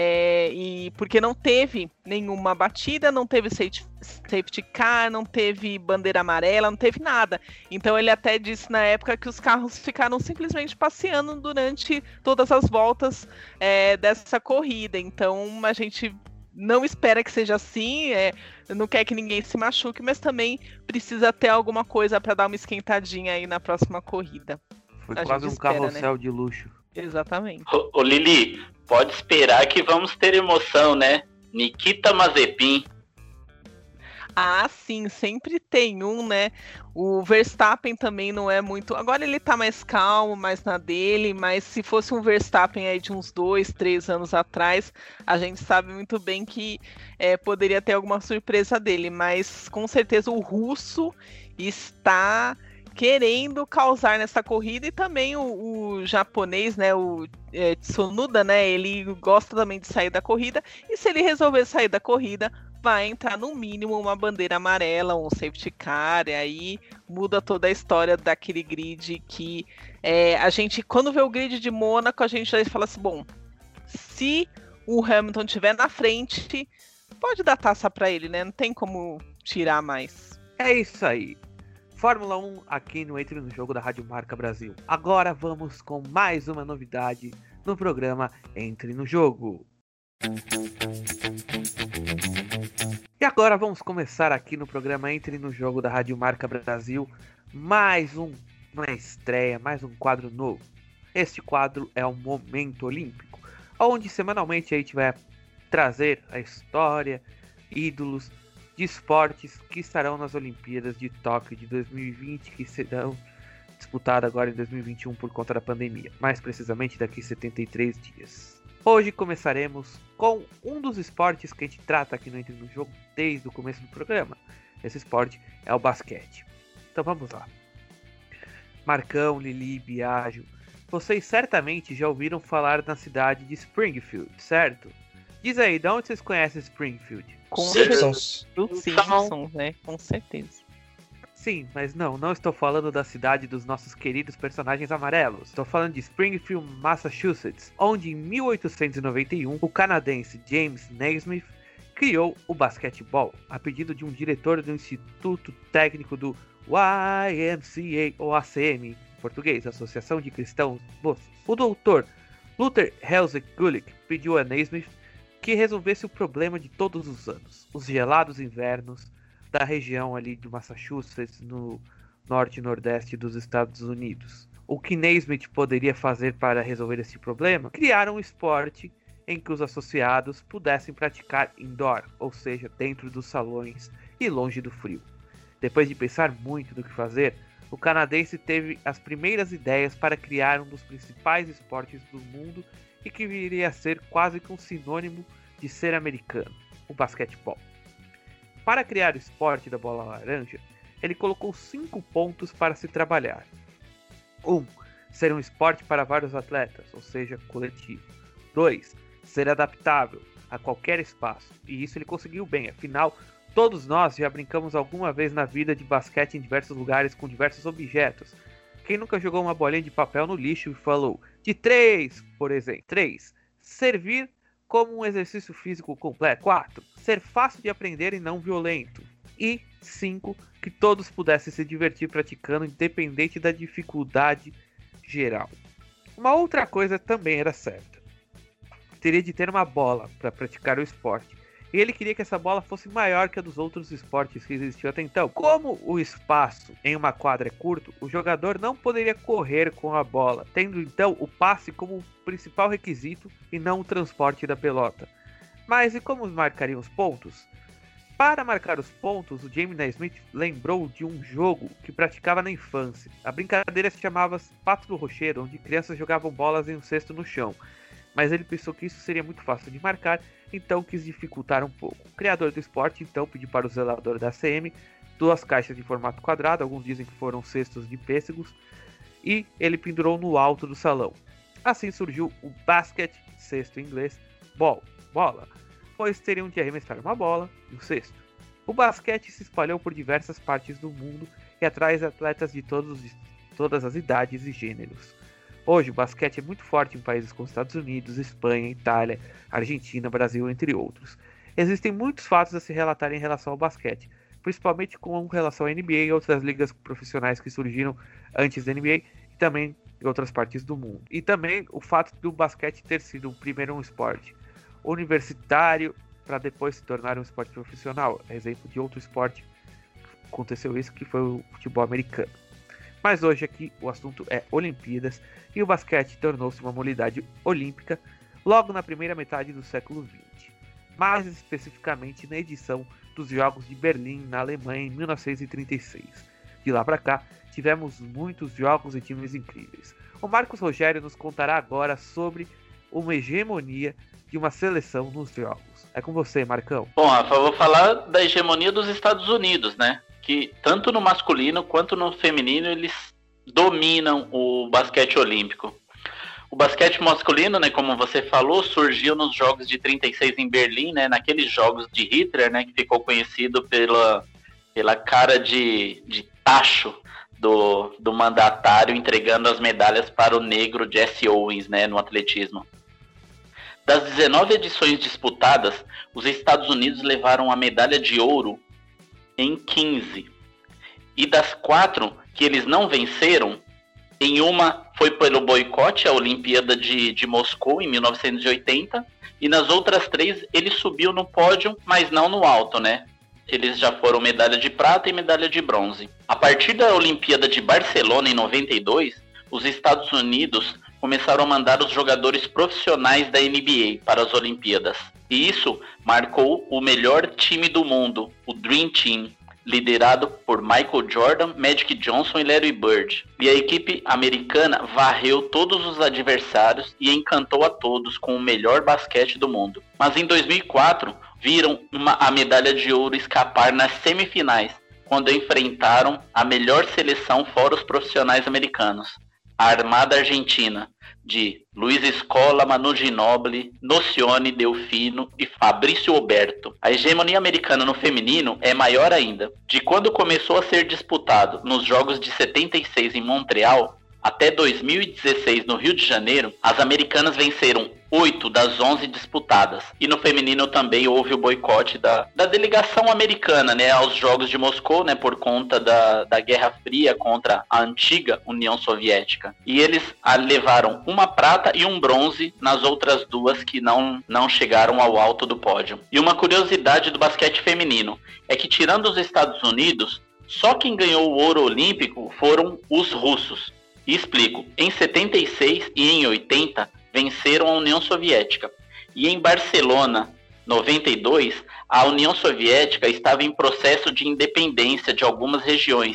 B: é, e porque não teve nenhuma batida, não teve safety car, não teve bandeira amarela, não teve nada. Então ele até disse na época que os carros ficaram simplesmente passeando durante todas as voltas é, dessa corrida. Então a gente não espera que seja assim, é, não quer que ninguém se machuque, mas também precisa ter alguma coisa para dar uma esquentadinha aí na próxima corrida.
A: Foi
B: A
A: quase um
B: espera,
A: carrossel, né, de luxo.
B: Exatamente.
C: Ô, ô Lili, pode esperar que vamos ter emoção, né? Nikita Mazepin.
B: Ah, sim, sempre tem um, né? O Verstappen também não é muito... Agora ele tá mais calmo, mais na dele, mas se fosse um Verstappen aí de uns dois, três anos atrás, a gente sabe muito bem que é, poderia ter alguma surpresa dele, mas com certeza o russo está querendo causar nessa corrida, e também o, o japonês, né, o é, Tsunoda, né, ele gosta também de sair da corrida, e se ele resolver sair da corrida, vai entrar no mínimo uma bandeira amarela, um safety car, e aí muda toda a história daquele grid que é, a gente, quando vê o grid de Mônaco, a gente já fala assim, bom, se o Hamilton estiver na frente, pode dar taça para ele, né, não tem como tirar mais.
A: É isso aí. Fórmula um aqui no Entre no Jogo da Rádio Marca Brasil. Agora vamos com mais uma novidade no programa Entre no Jogo. E agora vamos começar aqui no programa Entre no Jogo da Rádio Marca Brasil mais um, uma estreia, mais um quadro novo. Este quadro é o Momento Olímpico, onde semanalmente a gente vai trazer a história, ídolos de esportes que estarão nas Olimpíadas de Tóquio de dois mil e vinte, que serão disputadas agora em dois mil e vinte e um por conta da pandemia, mais precisamente daqui a setenta e três dias. Hoje começaremos com um dos esportes que a gente trata aqui no Entre no Jogo desde o começo do programa. Esse esporte é o basquete. Então vamos lá. Marcão, Lili, Biagio, vocês certamente já ouviram falar na cidade de Springfield, certo? Diz aí, de onde vocês conhecem Springfield?
B: Com
D: Simpsons.
B: Dos Simpsons, né? Com certeza.
A: Sim, mas não, não estou falando da cidade dos nossos queridos personagens amarelos. Estou falando de Springfield, Massachusetts, onde em mil oitocentos e noventa e um o canadense James Naismith criou o basquetebol a pedido de um diretor do Instituto Técnico do Y M C A, ou A C M em português, Associação de Cristãos Moços. O doutor Luther Helzig Gulick pediu a Naismith que resolvesse o problema de todos os anos, os gelados invernos da região ali de Massachusetts, no norte e nordeste dos Estados Unidos. O que Naismith poderia fazer para resolver esse problema? Criar um esporte em que os associados pudessem praticar indoor, ou seja, dentro dos salões e longe do frio. Depois de pensar muito no que fazer, o canadense teve as primeiras ideias para criar um dos principais esportes do mundo e que viria a ser quase que um sinônimo de ser americano, o basquetebol. Para criar o esporte da bola laranja, ele colocou cinco pontos para se trabalhar. um. Ser um esporte para vários atletas, ou seja, coletivo. dois. Ser adaptável a qualquer espaço, e isso ele conseguiu bem, afinal, todos nós já brincamos alguma vez na vida de basquete em diversos lugares com diversos objetos. Quem nunca jogou uma bolinha de papel no lixo e falou de três, por exemplo? três. Servir como um exercício físico completo. quatro. Ser fácil de aprender e não violento. E cinco. Que todos pudessem se divertir praticando, independente da dificuldade geral. Uma outra coisa também era certa. Teria de ter uma bola para praticar o esporte. E ele queria que essa bola fosse maior que a dos outros esportes que existiam até então. Como o espaço em uma quadra é curto, o jogador não poderia correr com a bola, tendo então o passe como o principal requisito e não o transporte da pelota. Mas e como marcariam os pontos? Para marcar os pontos, o James Naismith lembrou de um jogo que praticava na infância. A brincadeira se chamava Pato do Rochedo, onde crianças jogavam bolas em um cesto no chão. Mas ele pensou que isso seria muito fácil de marcar, então quis dificultar um pouco. O criador do esporte então pediu para o zelador da A C M duas caixas de formato quadrado, alguns dizem que foram cestos de pêssegos, e ele pendurou no alto do salão. Assim surgiu o basket, cesto em inglês, ball, bola, pois teriam de arremessar uma bola e um cesto. O basquete se espalhou por diversas partes do mundo e atrai atletas de todos, todas as idades e gêneros. Hoje o basquete é muito forte em países como Estados Unidos, Espanha, Itália, Argentina, Brasil, entre outros. Existem muitos fatos a se relatar em relação ao basquete, principalmente com relação à N B A e outras ligas profissionais que surgiram antes da N B A e também em outras partes do mundo. E também o fato do basquete ter sido primeiro um esporte universitário para depois se tornar um esporte profissional. Exemplo de outro esporte que aconteceu isso, que foi o futebol americano. Mas hoje aqui o assunto é Olimpíadas e o basquete tornou-se uma modalidade olímpica logo na primeira metade do século vinte, mais especificamente na edição dos Jogos de Berlim, na Alemanha, em mil novecentos e trinta e seis. De lá para cá, tivemos muitos jogos e times incríveis. O Marcos Rogério nos contará agora sobre uma hegemonia de uma seleção nos jogos. É com você, Marcão.
C: Bom, Rafa, eu vou falar da hegemonia dos Estados Unidos, né? Que tanto no masculino quanto no feminino eles dominam o basquete olímpico. O basquete masculino, né, como você falou, surgiu nos Jogos de trinta e seis em Berlim, né, naqueles Jogos de Hitler, né, que ficou conhecido pela, pela cara de, de tacho do, do mandatário entregando as medalhas para o negro Jesse Owens, né, no atletismo. Das dezenove edições disputadas, os Estados Unidos levaram a medalha de ouro em quinze. E das quatro que eles não venceram, em uma foi pelo boicote à Olimpíada de, de Moscou, em mil novecentos e oitenta, e nas outras três ele subiu no pódio, mas não no alto, né? Eles já foram medalha de prata e medalha de bronze. A partir da Olimpíada de Barcelona, em noventa e dois, os Estados Unidos começaram a mandar os jogadores profissionais da N B A para as Olimpíadas. E isso marcou o melhor time do mundo, o Dream Team, liderado por Michael Jordan, Magic Johnson e Larry Bird. E a equipe americana varreu todos os adversários e encantou a todos com o melhor basquete do mundo. Mas em dois mil e quatro, viram uma, a medalha de ouro escapar nas semifinais, quando enfrentaram a melhor seleção fora os profissionais americanos, a Armada Argentina, de Luiz Scola, Manu Ginóbili, Nocione, Delfino e Fabrício Oberto. A hegemonia americana no feminino é maior ainda. De quando começou a ser disputado nos Jogos de setenta e seis em Montreal até dois mil e dezesseis no Rio de Janeiro, as americanas venceram oito das onze disputadas. E no feminino também houve o boicote da, da delegação americana, né, aos Jogos de Moscou, né, por conta da, da Guerra Fria contra a antiga União Soviética. E eles a, levaram uma prata e um bronze nas outras duas que não, não chegaram ao alto do pódio. E uma curiosidade do basquete feminino é que, tirando os Estados Unidos, só quem ganhou o ouro olímpico foram os russos. E explico, em setenta e seis e em oitenta, venceram a União Soviética. E em Barcelona, noventa e dois, a União Soviética estava em processo de independência de algumas regiões,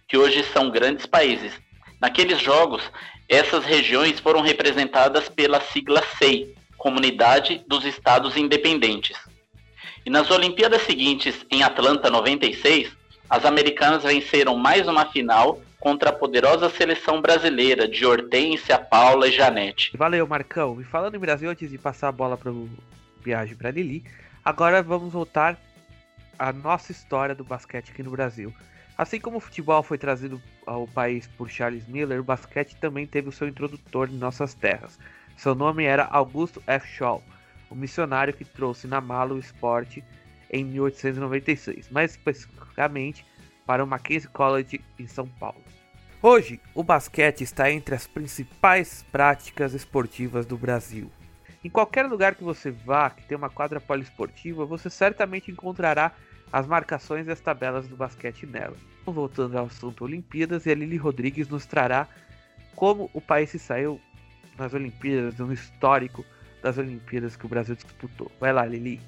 C: que hoje são grandes países. Naqueles jogos, essas regiões foram representadas pela sigla S E I, Comunidade dos Estados Independentes. E nas Olimpíadas seguintes, em Atlanta noventa e seis, as americanas venceram mais uma final contra a poderosa seleção brasileira de Hortência, Paula e Janete.
A: Valeu, Marcão. E falando em Brasil, antes de passar a bola para o Biagi e para a Lili, agora vamos voltar à nossa história do basquete aqui no Brasil. Assim como o futebol foi trazido ao país por Charles Miller, o basquete também teve o seu introdutor em nossas terras. Seu nome era Augusto F. Shaw, o missionário que trouxe na mala o esporte em mil oitocentos e noventa e seis, mais especificamente para o Mackenzie College em São Paulo. Hoje, o basquete está entre as principais práticas esportivas do Brasil. Em qualquer lugar que você vá que tem uma quadra poliesportiva, você certamente encontrará as marcações e as tabelas do basquete nela. Voltando ao assunto Olimpíadas, e a Lili Rodrigues nos trará como o país se saiu nas Olimpíadas, no histórico das Olimpíadas que o Brasil disputou. Vai lá, Lili.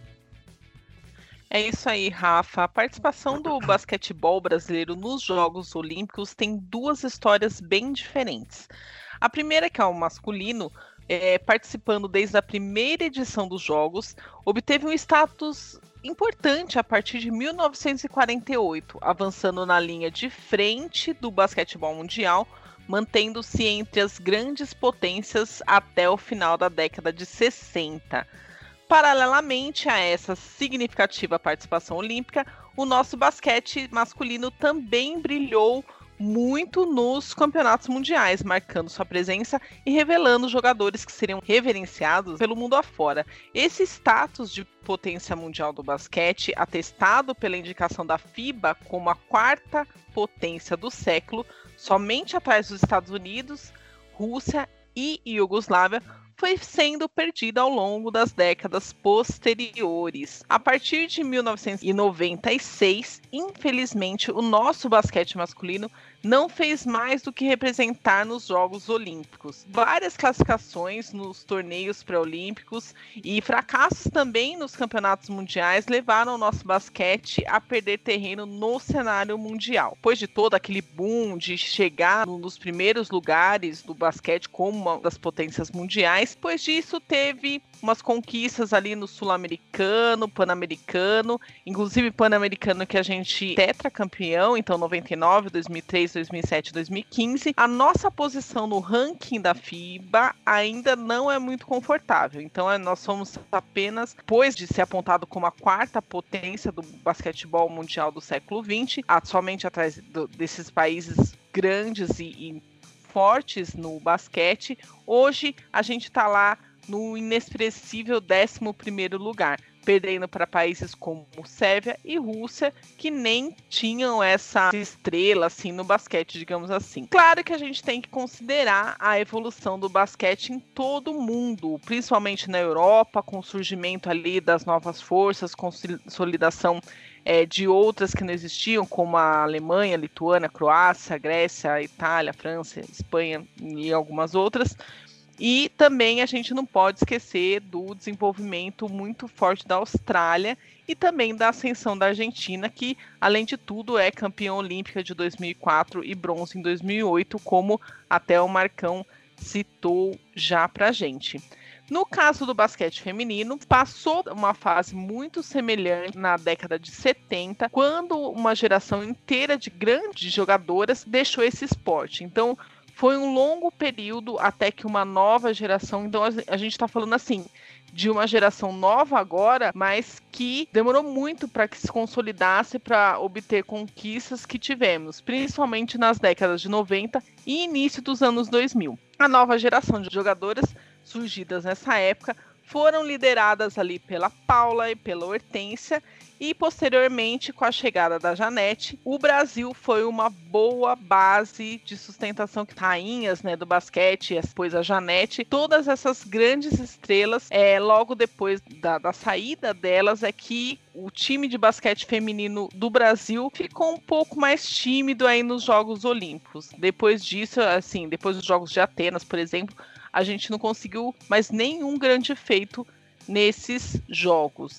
B: É isso aí, Rafa. A participação do basquetebol brasileiro nos Jogos Olímpicos tem duas histórias bem diferentes. A primeira, que é o masculino, é, participando desde a primeira edição dos Jogos, obteve um status importante a partir de mil novecentos e quarenta e oito, avançando na linha de frente do basquetebol mundial, mantendo-se entre as grandes potências até o final da década de sessenta. Paralelamente a essa significativa participação olímpica, o nosso basquete masculino também brilhou muito nos campeonatos mundiais, marcando sua presença e revelando jogadores que seriam reverenciados pelo mundo afora. Esse status de potência mundial do basquete, atestado pela indicação da FIBA como a quarta potência do século, somente atrás dos Estados Unidos, Rússia e Iugoslávia, foi sendo perdida ao longo das décadas posteriores. A partir de mil novecentos e noventa e seis, infelizmente, o nosso basquete masculino não fez mais do que representar nos Jogos Olímpicos. Várias classificações nos torneios pré-olímpicos e fracassos também nos campeonatos mundiais levaram o nosso basquete a perder terreno no cenário mundial. Depois de todo aquele boom de chegar nos primeiros lugares do basquete como uma das potências mundiais, depois disso teve umas conquistas ali no sul-americano, pan-americano, inclusive pan-americano que a gente tetracampeão, então noventa e nove, dois mil e três, dois mil e sete, dois mil e quinze. A nossa posição no ranking da FIBA ainda não é muito confortável, então nós somos apenas, depois de ser apontado como a quarta potência do basquetebol mundial do século vinte, somente atrás do, desses países grandes e, e fortes no basquete, hoje a gente está lá no inexpressível décimo primeiro lugar, perdendo para países como Sérvia e Rússia, que nem tinham essa estrela assim no basquete, digamos assim. Claro que a gente tem que considerar a evolução do basquete em todo o mundo, principalmente na Europa, com o surgimento ali das novas forças, consolidação é, de outras que não existiam, como a Alemanha, a Lituânia, a Croácia, a Grécia, a Itália, a França, a Espanha e algumas outras. E também a gente não pode esquecer do desenvolvimento muito forte da Austrália e também da ascensão da Argentina, que, além de tudo, é campeã olímpica de dois mil e quatro e bronze em dois mil e oito, como até o Marcão citou já pra gente. No caso do basquete feminino, passou uma fase muito semelhante na década de setenta, quando uma geração inteira de grandes jogadoras deixou esse esporte. Então, foi um longo período até que uma nova geração, então a gente está falando assim, de uma geração nova agora, mas que demorou muito para que se consolidasse para obter conquistas que tivemos, principalmente nas décadas de noventa e início dos anos dois mil. A nova geração de jogadoras surgidas nessa época foram lideradas ali pela Paula e pela Hortência, e posteriormente, com a chegada da Janete, o Brasil foi uma boa base de sustentação, que rainhas, né, do basquete, depois a Janete, todas essas grandes estrelas, é, logo depois da, da saída delas, é que o time de basquete feminino do Brasil ficou um pouco mais tímido aí nos Jogos Olímpicos. Depois disso, assim, depois dos Jogos de Atenas, por exemplo, a gente não conseguiu mais nenhum grande feito nesses jogos.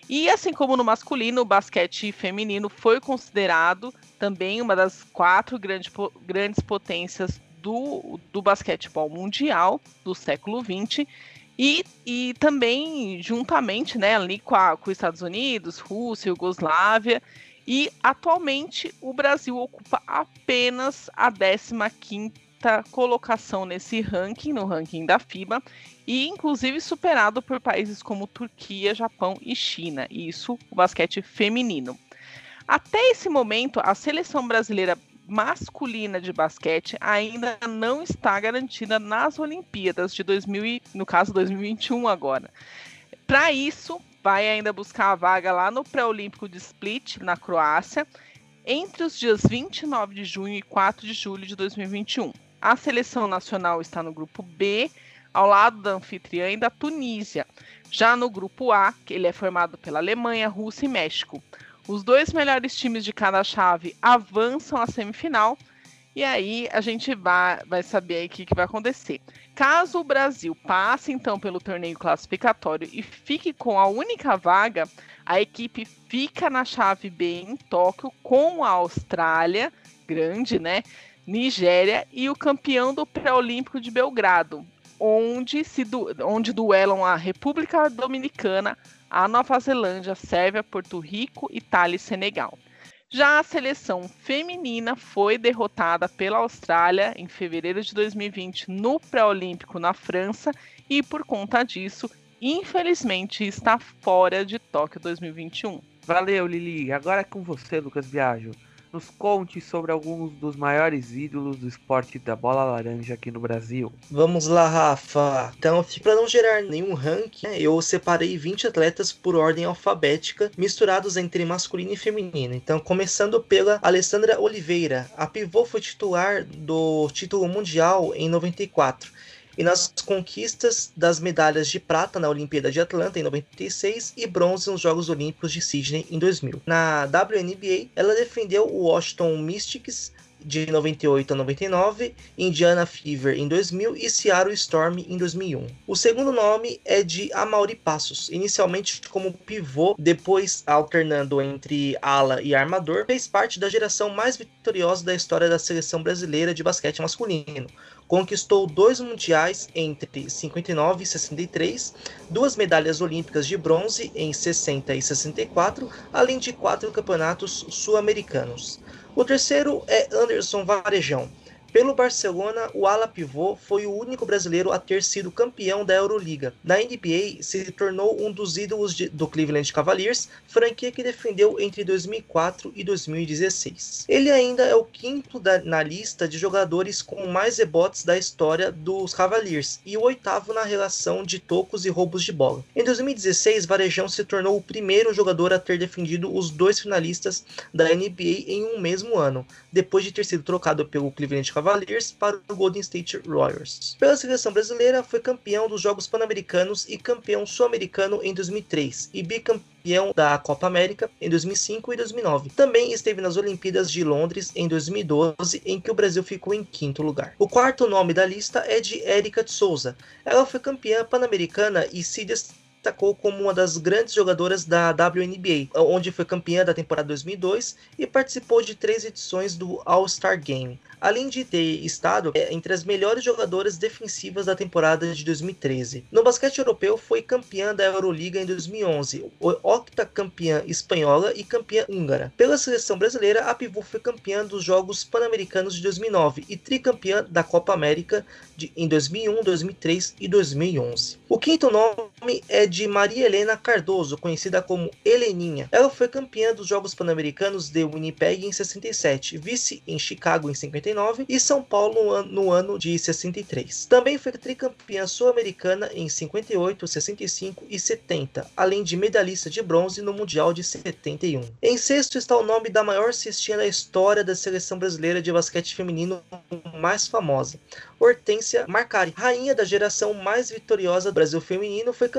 B: E assim como no masculino, o basquete feminino foi considerado também uma das quatro grande, grandes potências do, do basquetebol mundial do século vinte. E, e também juntamente, né, ali com, a, com os Estados Unidos, Rússia, Iugoslávia. E atualmente o Brasil ocupa apenas a décima quinta colocação nesse ranking, no ranking da FIBA, e inclusive superado por países como Turquia, Japão e China, e isso o basquete feminino. Até esse momento, a seleção brasileira masculina de basquete ainda não está garantida nas Olimpíadas de dois mil, no caso dois mil e vinte e um agora. Para isso, vai ainda buscar a vaga lá no pré-olímpico de Split, na Croácia, entre os dias vinte e nove de junho e quatro de julho de dois mil e vinte e um. A seleção nacional está no grupo B, ao lado da anfitriã e da Tunísia. Já no grupo A, que ele é formado pela Alemanha, Rússia e México. Os dois melhores times de cada chave avançam à semifinal, e aí a gente vai, vai saber aí o que, que vai acontecer. Caso o Brasil passe, então, pelo torneio classificatório e fique com a única vaga, a equipe fica na chave B em Tóquio com a Austrália, grande, né? Nigéria e o campeão do pré-olímpico de Belgrado, onde, se du- onde duelam a República Dominicana, a Nova Zelândia, Sérvia, Porto Rico, Itália e Senegal. Já a seleção feminina foi derrotada pela Austrália em fevereiro de dois mil e vinte no pré-olímpico na França e, por conta disso, infelizmente está fora de Tóquio dois mil e vinte e um.
A: Valeu, Lili. Agora é com você, Lucas Biagio. Nos conte sobre alguns dos maiores ídolos do esporte da bola laranja aqui no Brasil.
D: Vamos lá, Rafa. Então, para não gerar nenhum ranking, né, eu separei vinte atletas por ordem alfabética, misturados entre masculino e feminino. Então, começando pela Alessandra Oliveira. A pivô foi titular do título mundial em noventa e quatro. E nas conquistas das medalhas de prata na Olimpíada de Atlanta em noventa e seis e bronze nos Jogos Olímpicos de Sydney em dois mil. Na W N B A, ela defendeu o Washington Mystics de noventa e oito a noventa e nove, Indiana Fever em dois mil e Seattle Storm em dois mil e um. O segundo nome é de Amaury Passos, inicialmente como pivô, depois alternando entre ala e armador, fez parte da geração mais vitoriosa da história da seleção brasileira de basquete masculino. Conquistou dois mundiais entre cinquenta e nove e sessenta e três, duas medalhas olímpicas de bronze em sessenta e sessenta e quatro, além de quatro campeonatos sul-americanos. O terceiro é Anderson Varejão. Pelo Barcelona, o ala pivô foi o único brasileiro a ter sido campeão da Euroliga. Na N B A, se tornou um dos ídolos de, do Cleveland Cavaliers, franquia que defendeu entre dois mil e quatro e dois mil e dezesseis. Ele ainda é o quinto da, na lista de jogadores com mais rebotes da história dos Cavaliers e o oitavo na relação de tocos e roubos de bola. Em dois mil e dezesseis, Varejão se tornou o primeiro jogador a ter defendido os dois finalistas da N B A em um mesmo ano, depois de ter sido trocado pelo Cleveland Cavaliers Cavaliers para o Golden State Warriors. Pela seleção brasileira, foi campeão dos Jogos Pan-Americanos e campeão sul-americano em dois mil e três e bicampeão da Copa América em dois mil e cinco e dois mil e nove. Também esteve nas Olimpíadas de Londres em dois mil e doze, em que o Brasil ficou em quinto lugar. O quarto nome da lista é de Érica de Souza. Ela foi campeã pan-americana e se destacou como uma das grandes jogadoras da W N B A, onde foi campeã da temporada dois mil e dois e participou de três edições do All-Star Game, além de ter estado entre as melhores jogadoras defensivas da temporada de dois mil e treze. No basquete europeu, foi campeã da Euroliga em dois mil e onze, octacampeã espanhola e campeã húngara. Pela seleção brasileira, a pivô foi campeã dos Jogos Pan-Americanos de dois mil e nove e tricampeã da Copa América de, em dois mil e um, dois mil e três e dois mil e onze. O quinto nome é de Maria Helena Cardoso, conhecida como Heleninha. Ela foi campeã dos Jogos Pan-Americanos de Winnipeg em sessenta e sete, vice em Chicago em cinquenta e nove e São Paulo no ano, no ano de sessenta e três. Também foi tricampeã sul-americana em cinquenta e oito, sessenta e cinco e setenta, além de medalhista de bronze no Mundial de setenta e um. Em sexto está o nome da maior cestinha da história da seleção brasileira de basquete feminino mais famosa, Hortência Marcari. Rainha da geração mais vitoriosa do Brasil feminino, foi campeã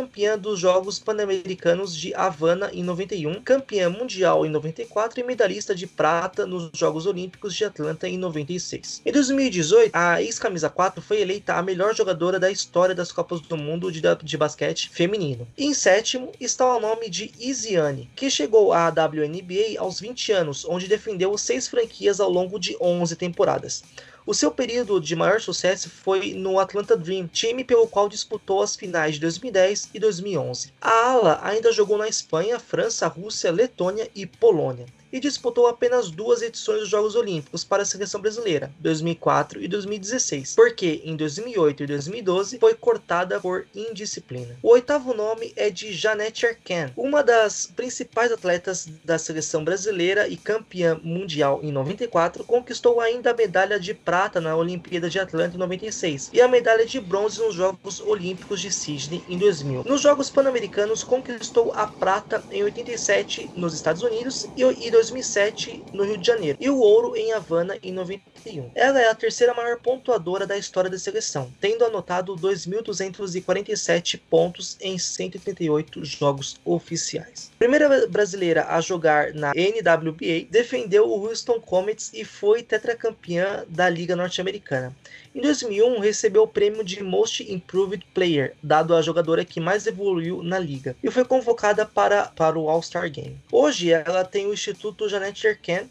D: dos Jogos Pan-Americanos de Havana em noventa e um, campeã mundial em noventa e quatro e medalhista de prata nos Jogos Olímpicos de Atlanta em noventa e seis. Em dois mil e dezoito, a ex-camisa quatro foi eleita a melhor jogadora da história das Copas do Mundo de, de basquete feminino. E em sétimo está o nome de Isiane, que chegou à W N B A aos vinte anos, onde defendeu seis franquias ao longo de onze temporadas. O seu período de maior sucesso foi no Atlanta Dream, time pelo qual disputou as finais de dois mil e dez e dois mil e onze. A ala ainda jogou na Espanha, França, Rússia, Letônia e Polônia, e disputou apenas duas edições dos Jogos Olímpicos para a seleção brasileira, dois mil e quatro e dois mil e dezesseis, porque em dois mil e oito e dois mil e doze foi cortada por indisciplina. O oitavo nome é de Janette Arcan, uma das principais atletas da seleção brasileira e campeã mundial em noventa e quatro, conquistou ainda a medalha de prata na Olimpíada de Atlanta em noventa e seis e a medalha de bronze nos Jogos Olímpicos de Sydney em dois mil. Nos Jogos Pan-Americanos conquistou a prata em oitenta e sete nos Estados Unidos e dois mil e sete no Rio de Janeiro, e o ouro em Havana em noventa e um. Ela é a terceira maior pontuadora da história da seleção, tendo anotado dois mil duzentos e quarenta e sete pontos em cento e trinta e oito jogos oficiais. Primeira brasileira a jogar na N W B A, defendeu o Houston Comets e foi tetracampeã da Liga Norte-Americana. Em dois mil e um, recebeu o prêmio de Most Improved Player, dado à jogadora que mais evoluiu na liga, e foi convocada para, para o All-Star Game. Hoje, ela tem o Instituto Janette Arcan,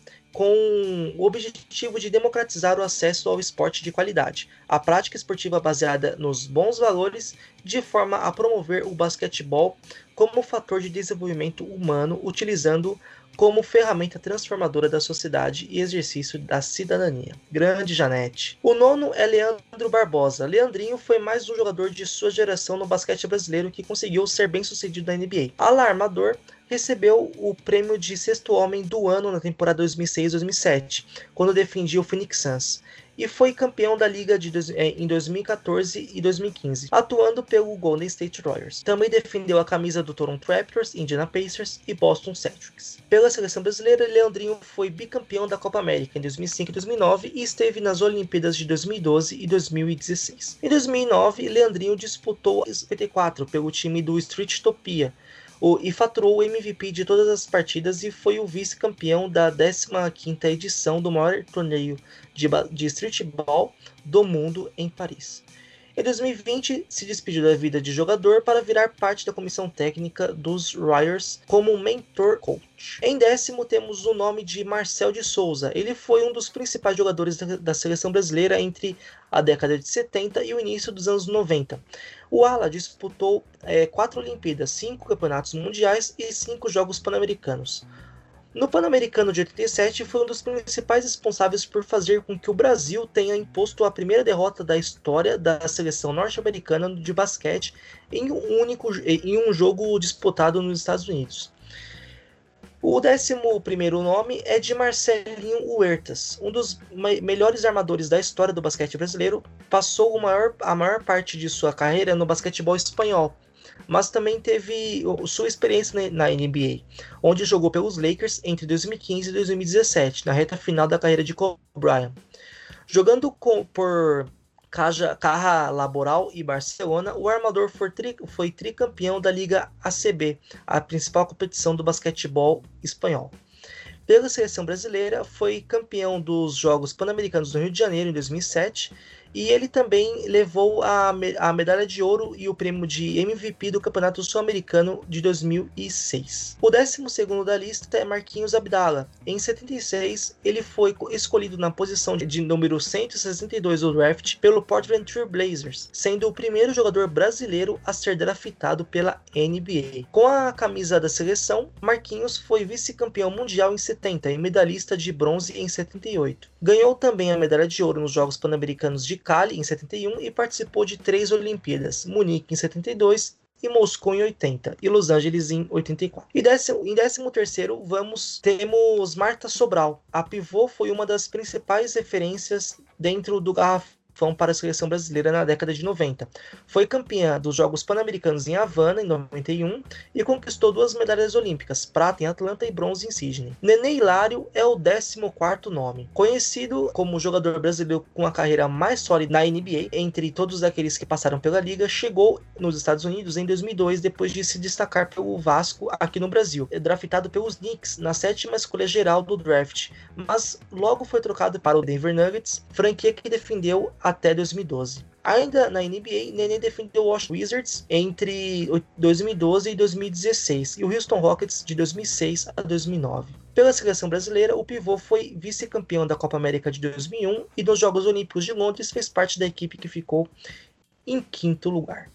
D: com o objetivo de democratizar o acesso ao esporte de qualidade, a prática esportiva baseada nos bons valores, de forma a promover o basquetebol como fator de desenvolvimento humano, utilizando como ferramenta transformadora da sociedade e exercício da cidadania. Grande Janete. O nono é Leandro Barbosa. Leandrinho foi mais um jogador de sua geração no basquete brasileiro que conseguiu ser bem sucedido na N B A. Alarmador recebeu o prêmio de sexto homem do ano na temporada dois mil e seis dois mil e sete, quando defendia o Phoenix Suns, e foi campeão da liga de dois, em dois mil e quatorze e dois mil e quinze, atuando pelo Golden State Warriors. Também defendeu a camisa do Toronto Raptors, Indiana Pacers e Boston Celtics. Pela seleção brasileira, Leandrinho foi bicampeão da Copa América em dois mil e cinco e dois mil e nove e esteve nas Olimpíadas de dois mil e doze e dois mil e dezesseis. Em dois mil e nove, Leandrinho disputou a cinquenta e quatro pelo time do Street Utopia, e faturou o M V P de todas as partidas e foi o vice-campeão da décima quinta edição do maior torneio de, de streetball do mundo em Paris. Em dois mil e vinte, se despediu da vida de jogador para virar parte da comissão técnica dos Warriors como mentor coach. Em décimo, temos o nome de Marcel de Souza. Ele foi um dos principais jogadores da, da seleção brasileira entre a década de setenta e o início dos anos noventa. O ala disputou é, quatro Olimpíadas, cinco campeonatos mundiais e cinco Jogos Pan-Americanos. No Pan-Americano de oitenta e sete, foi um dos principais responsáveis por fazer com que o Brasil tenha imposto a primeira derrota da história da seleção norte-americana de basquete em um, único, em um jogo disputado nos Estados Unidos. O décimo primeiro nome é de Marcelinho Huertas, um dos me- melhores armadores da história do basquete brasileiro. Passou o maior, a maior parte de sua carreira no basquetebol espanhol, mas também teve sua experiência na N B A, onde jogou pelos Lakers entre dois mil e quinze e dois mil e dezessete, na reta final da carreira de Kobe Bryant. Jogando com, por Caja, Caja Laboral e Barcelona, o armador foi, tri, foi tricampeão da Liga A C B, a principal competição do basquetebol espanhol. Pela seleção brasileira, foi campeão dos Jogos Pan-Americanos no Rio de Janeiro em dois mil e sete, e ele também levou a, me- a medalha de ouro e o prêmio de M V P do Campeonato Sul-Americano de dois mil e seis. O décimo segundo da lista é Marquinhos Abdala. Em setenta e seis, ele foi escolhido na posição de, de número cento e sessenta e dois do draft pelo Portland Trail Blazers, sendo o primeiro jogador brasileiro a ser draftado pela N B A. Com a camisa da seleção, Marquinhos foi vice-campeão mundial em setenta e medalhista de bronze em setenta e oito. Ganhou também a medalha de ouro nos Jogos Pan-Americanos de Cali em setenta e um e participou de três Olimpíadas, Munique em setenta e dois e Moscou em oitenta e Los Angeles em oitenta e quatro. E décimo, em décimo terceiro vamos, temos Marta Sobral. A pivô foi uma das principais referências dentro do garrafão para a seleção brasileira na década de noventa. Foi campeã dos Jogos Pan-Americanos em Havana, em noventa e um, e conquistou duas medalhas olímpicas, prata em Atlanta e bronze em Sydney. Nenê Hilário é o décimo quarto nome. Conhecido como jogador brasileiro com a carreira mais sólida na N B A, entre todos aqueles que passaram pela liga, chegou nos Estados Unidos em dois mil e dois, depois de se destacar pelo Vasco aqui no Brasil. É draftado pelos Knicks na sétima escolha geral do draft, mas logo foi trocado para o Denver Nuggets, franquia que defendeu até dois mil e doze. Ainda na N B A, Nenê defendeu o Washington Wizards entre dois mil e doze e dois mil e dezesseis e o Houston Rockets de dois mil e seis a dois mil e nove. Pela seleção brasileira, o pivô foi vice-campeão da Copa América de dois mil e um e nos Jogos Olímpicos de Londres fez parte da equipe que ficou em quinto lugar.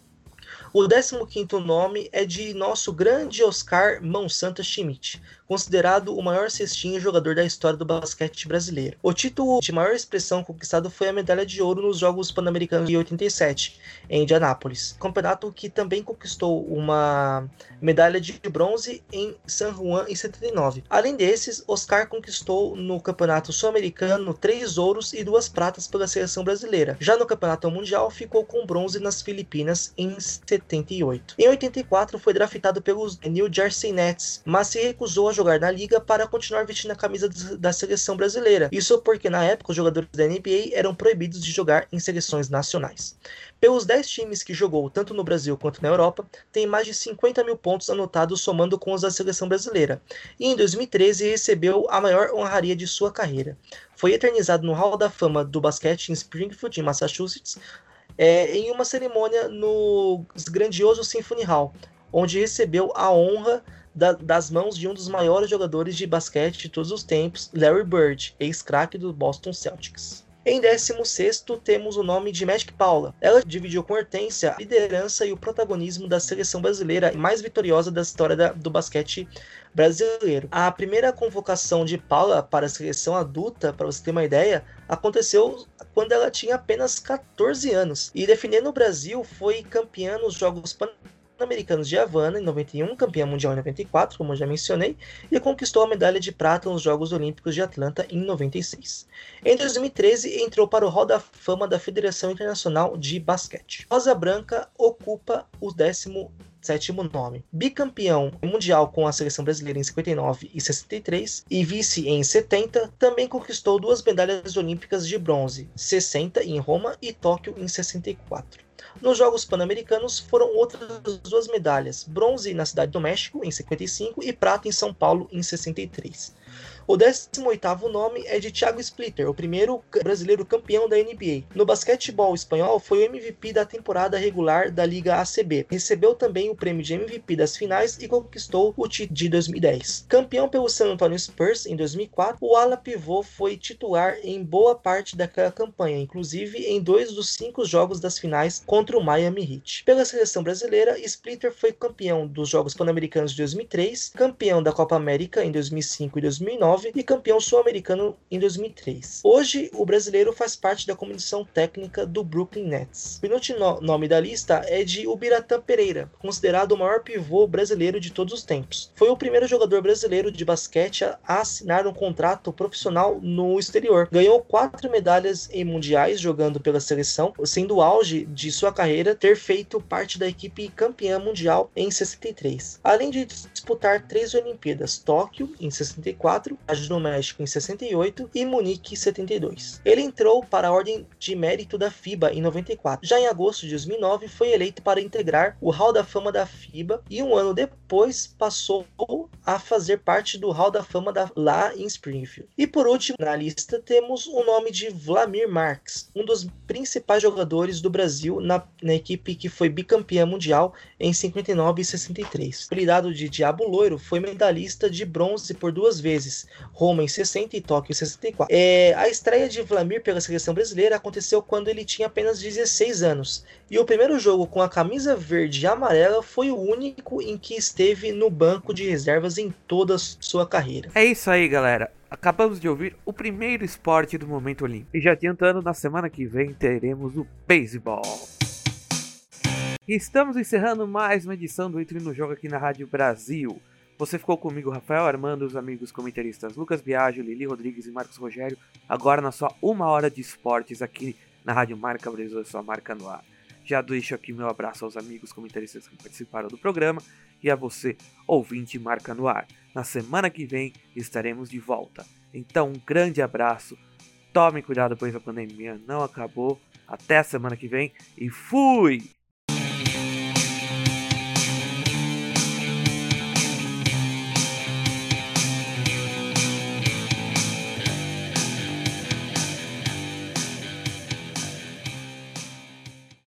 D: O décimo quinto nome é de nosso grande Oscar Mão Santa Schmidt, considerado o maior cestinha jogador da história do basquete brasileiro. O título de maior expressão conquistado foi a medalha de ouro nos Jogos Pan-Americanos de oitenta e sete, em Indianápolis. Campeonato que também conquistou uma medalha de bronze em San Juan em setenta e nove. Além desses, Oscar conquistou no Campeonato Sul-Americano três ouros e duas pratas pela seleção brasileira. Já no Campeonato Mundial, ficou com bronze nas Filipinas em setenta e oito. Em oitenta e quatro, foi draftado pelos New Jersey Nets, mas se recusou a jogar na liga para continuar vestindo a camisa da seleção brasileira. Isso porque na época os jogadores da N B A eram proibidos de jogar em seleções nacionais. Pelos dez times que jogou tanto no Brasil quanto na Europa, tem mais de cinquenta mil pontos anotados somando com os da seleção brasileira. E em dois mil e treze recebeu a maior honraria de sua carreira. Foi eternizado no Hall da Fama do basquete em Springfield, em Massachusetts, é, em uma cerimônia no grandioso Symphony Hall, onde recebeu a honra da, das mãos de um dos maiores jogadores de basquete de todos os tempos, Larry Bird, ex-craque do Boston Celtics. Em décimo sexto, temos o nome de Magic Paula. Ela dividiu com Hortência a liderança e o protagonismo da seleção brasileira mais vitoriosa da história da, do basquete brasileiro. A primeira convocação de Paula para a seleção adulta, para você ter uma ideia, aconteceu quando ela tinha apenas catorze anos. E defendendo o Brasil, foi campeã nos Jogos Pan-Americanos Americanos de Havana em noventa e um, campeã mundial em noventa e quatro, como eu já mencionei, e conquistou a medalha de prata nos Jogos Olímpicos de Atlanta em noventa e seis. Em dois mil e treze, entrou para o Hall da Fama da Federação Internacional de Basquete. Rosa Branca ocupa o décimo sétimo nome. Bicampeão mundial com a seleção brasileira em cinquenta e nove e sessenta e três e vice em setenta, também conquistou duas medalhas olímpicas de bronze, sessenta em Roma e Tóquio em sessenta e quatro. Nos Jogos Pan-Americanos foram outras duas medalhas, bronze na Cidade do México em cinquenta e cinco e prata em São Paulo em sessenta e três. O décimo oitavo nome é de Thiago Splitter, o primeiro brasileiro campeão da N B A. No basquetebol espanhol, foi o M V P da temporada regular da Liga A C B. Recebeu também o prêmio de M V P das finais e conquistou o título de dois mil e dez. Campeão pelo San Antonio Spurs em dois mil e quatro, o ala pivô foi titular em boa parte daquela campanha, inclusive em dois dos cinco jogos das finais contra o Miami Heat. Pela seleção brasileira, Splitter foi campeão dos Jogos Pan-Americanos de dois mil e três, campeão da Copa América em dois mil e cinco e dois mil e nove, e campeão sul-americano em dois mil e três. Hoje, o brasileiro faz parte da comissão técnica do Brooklyn Nets. O penúltimo nome da lista é de Ubiratã Pereira, considerado o maior pivô brasileiro de todos os tempos. Foi o primeiro jogador brasileiro de basquete a assinar um contrato profissional no exterior. Ganhou quatro medalhas em mundiais jogando pela seleção, sendo o auge de sua carreira ter feito parte da equipe campeã mundial em sessenta e três. Além de disputar três Olimpíadas, Tóquio em sessenta e quatro, no México em sessenta e oito e Munique em setenta e dois. Ele entrou para a Ordem de Mérito da FIBA em noventa e quatro. Já em agosto de dois mil e nove foi eleito para integrar o Hall da Fama da FIBA e um ano depois passou a fazer parte do Hall da Fama da, lá em Springfield. E por último na lista temos o nome de Vladimir Marques, um dos principais jogadores do Brasil na, na equipe que foi bicampeã mundial em cinquenta e nove e sessenta e três. O apelidado de Diabo Loiro, foi medalhista de bronze por duas vezes, Roma em sessenta e Tóquio em sessenta e quatro. É, a estreia de Vladimir pela seleção brasileira aconteceu quando ele tinha apenas dezesseis anos. E o primeiro jogo com a camisa verde e amarela foi o único em que esteve no banco de reservas em toda a sua carreira.
A: É isso aí, galera. Acabamos de ouvir o primeiro esporte do Momento Olímpico. E já adiantando, na semana que vem teremos o beisebol. E estamos encerrando mais uma edição do Entre no Jogo aqui na Rádio Brasil. Você ficou comigo, Rafael Armando, os amigos comentaristas Lucas Biagio, Lili Rodrigues e Marcos Rogério, agora na sua uma hora de esportes aqui na Rádio Marca Brasil, sua marca no ar. Já deixo aqui meu abraço aos amigos comentaristas que participaram do programa e a você, ouvinte Marca no Ar. Na semana que vem estaremos de volta. Então, um grande abraço, tome cuidado, pois a pandemia não acabou. Até a semana que vem e fui!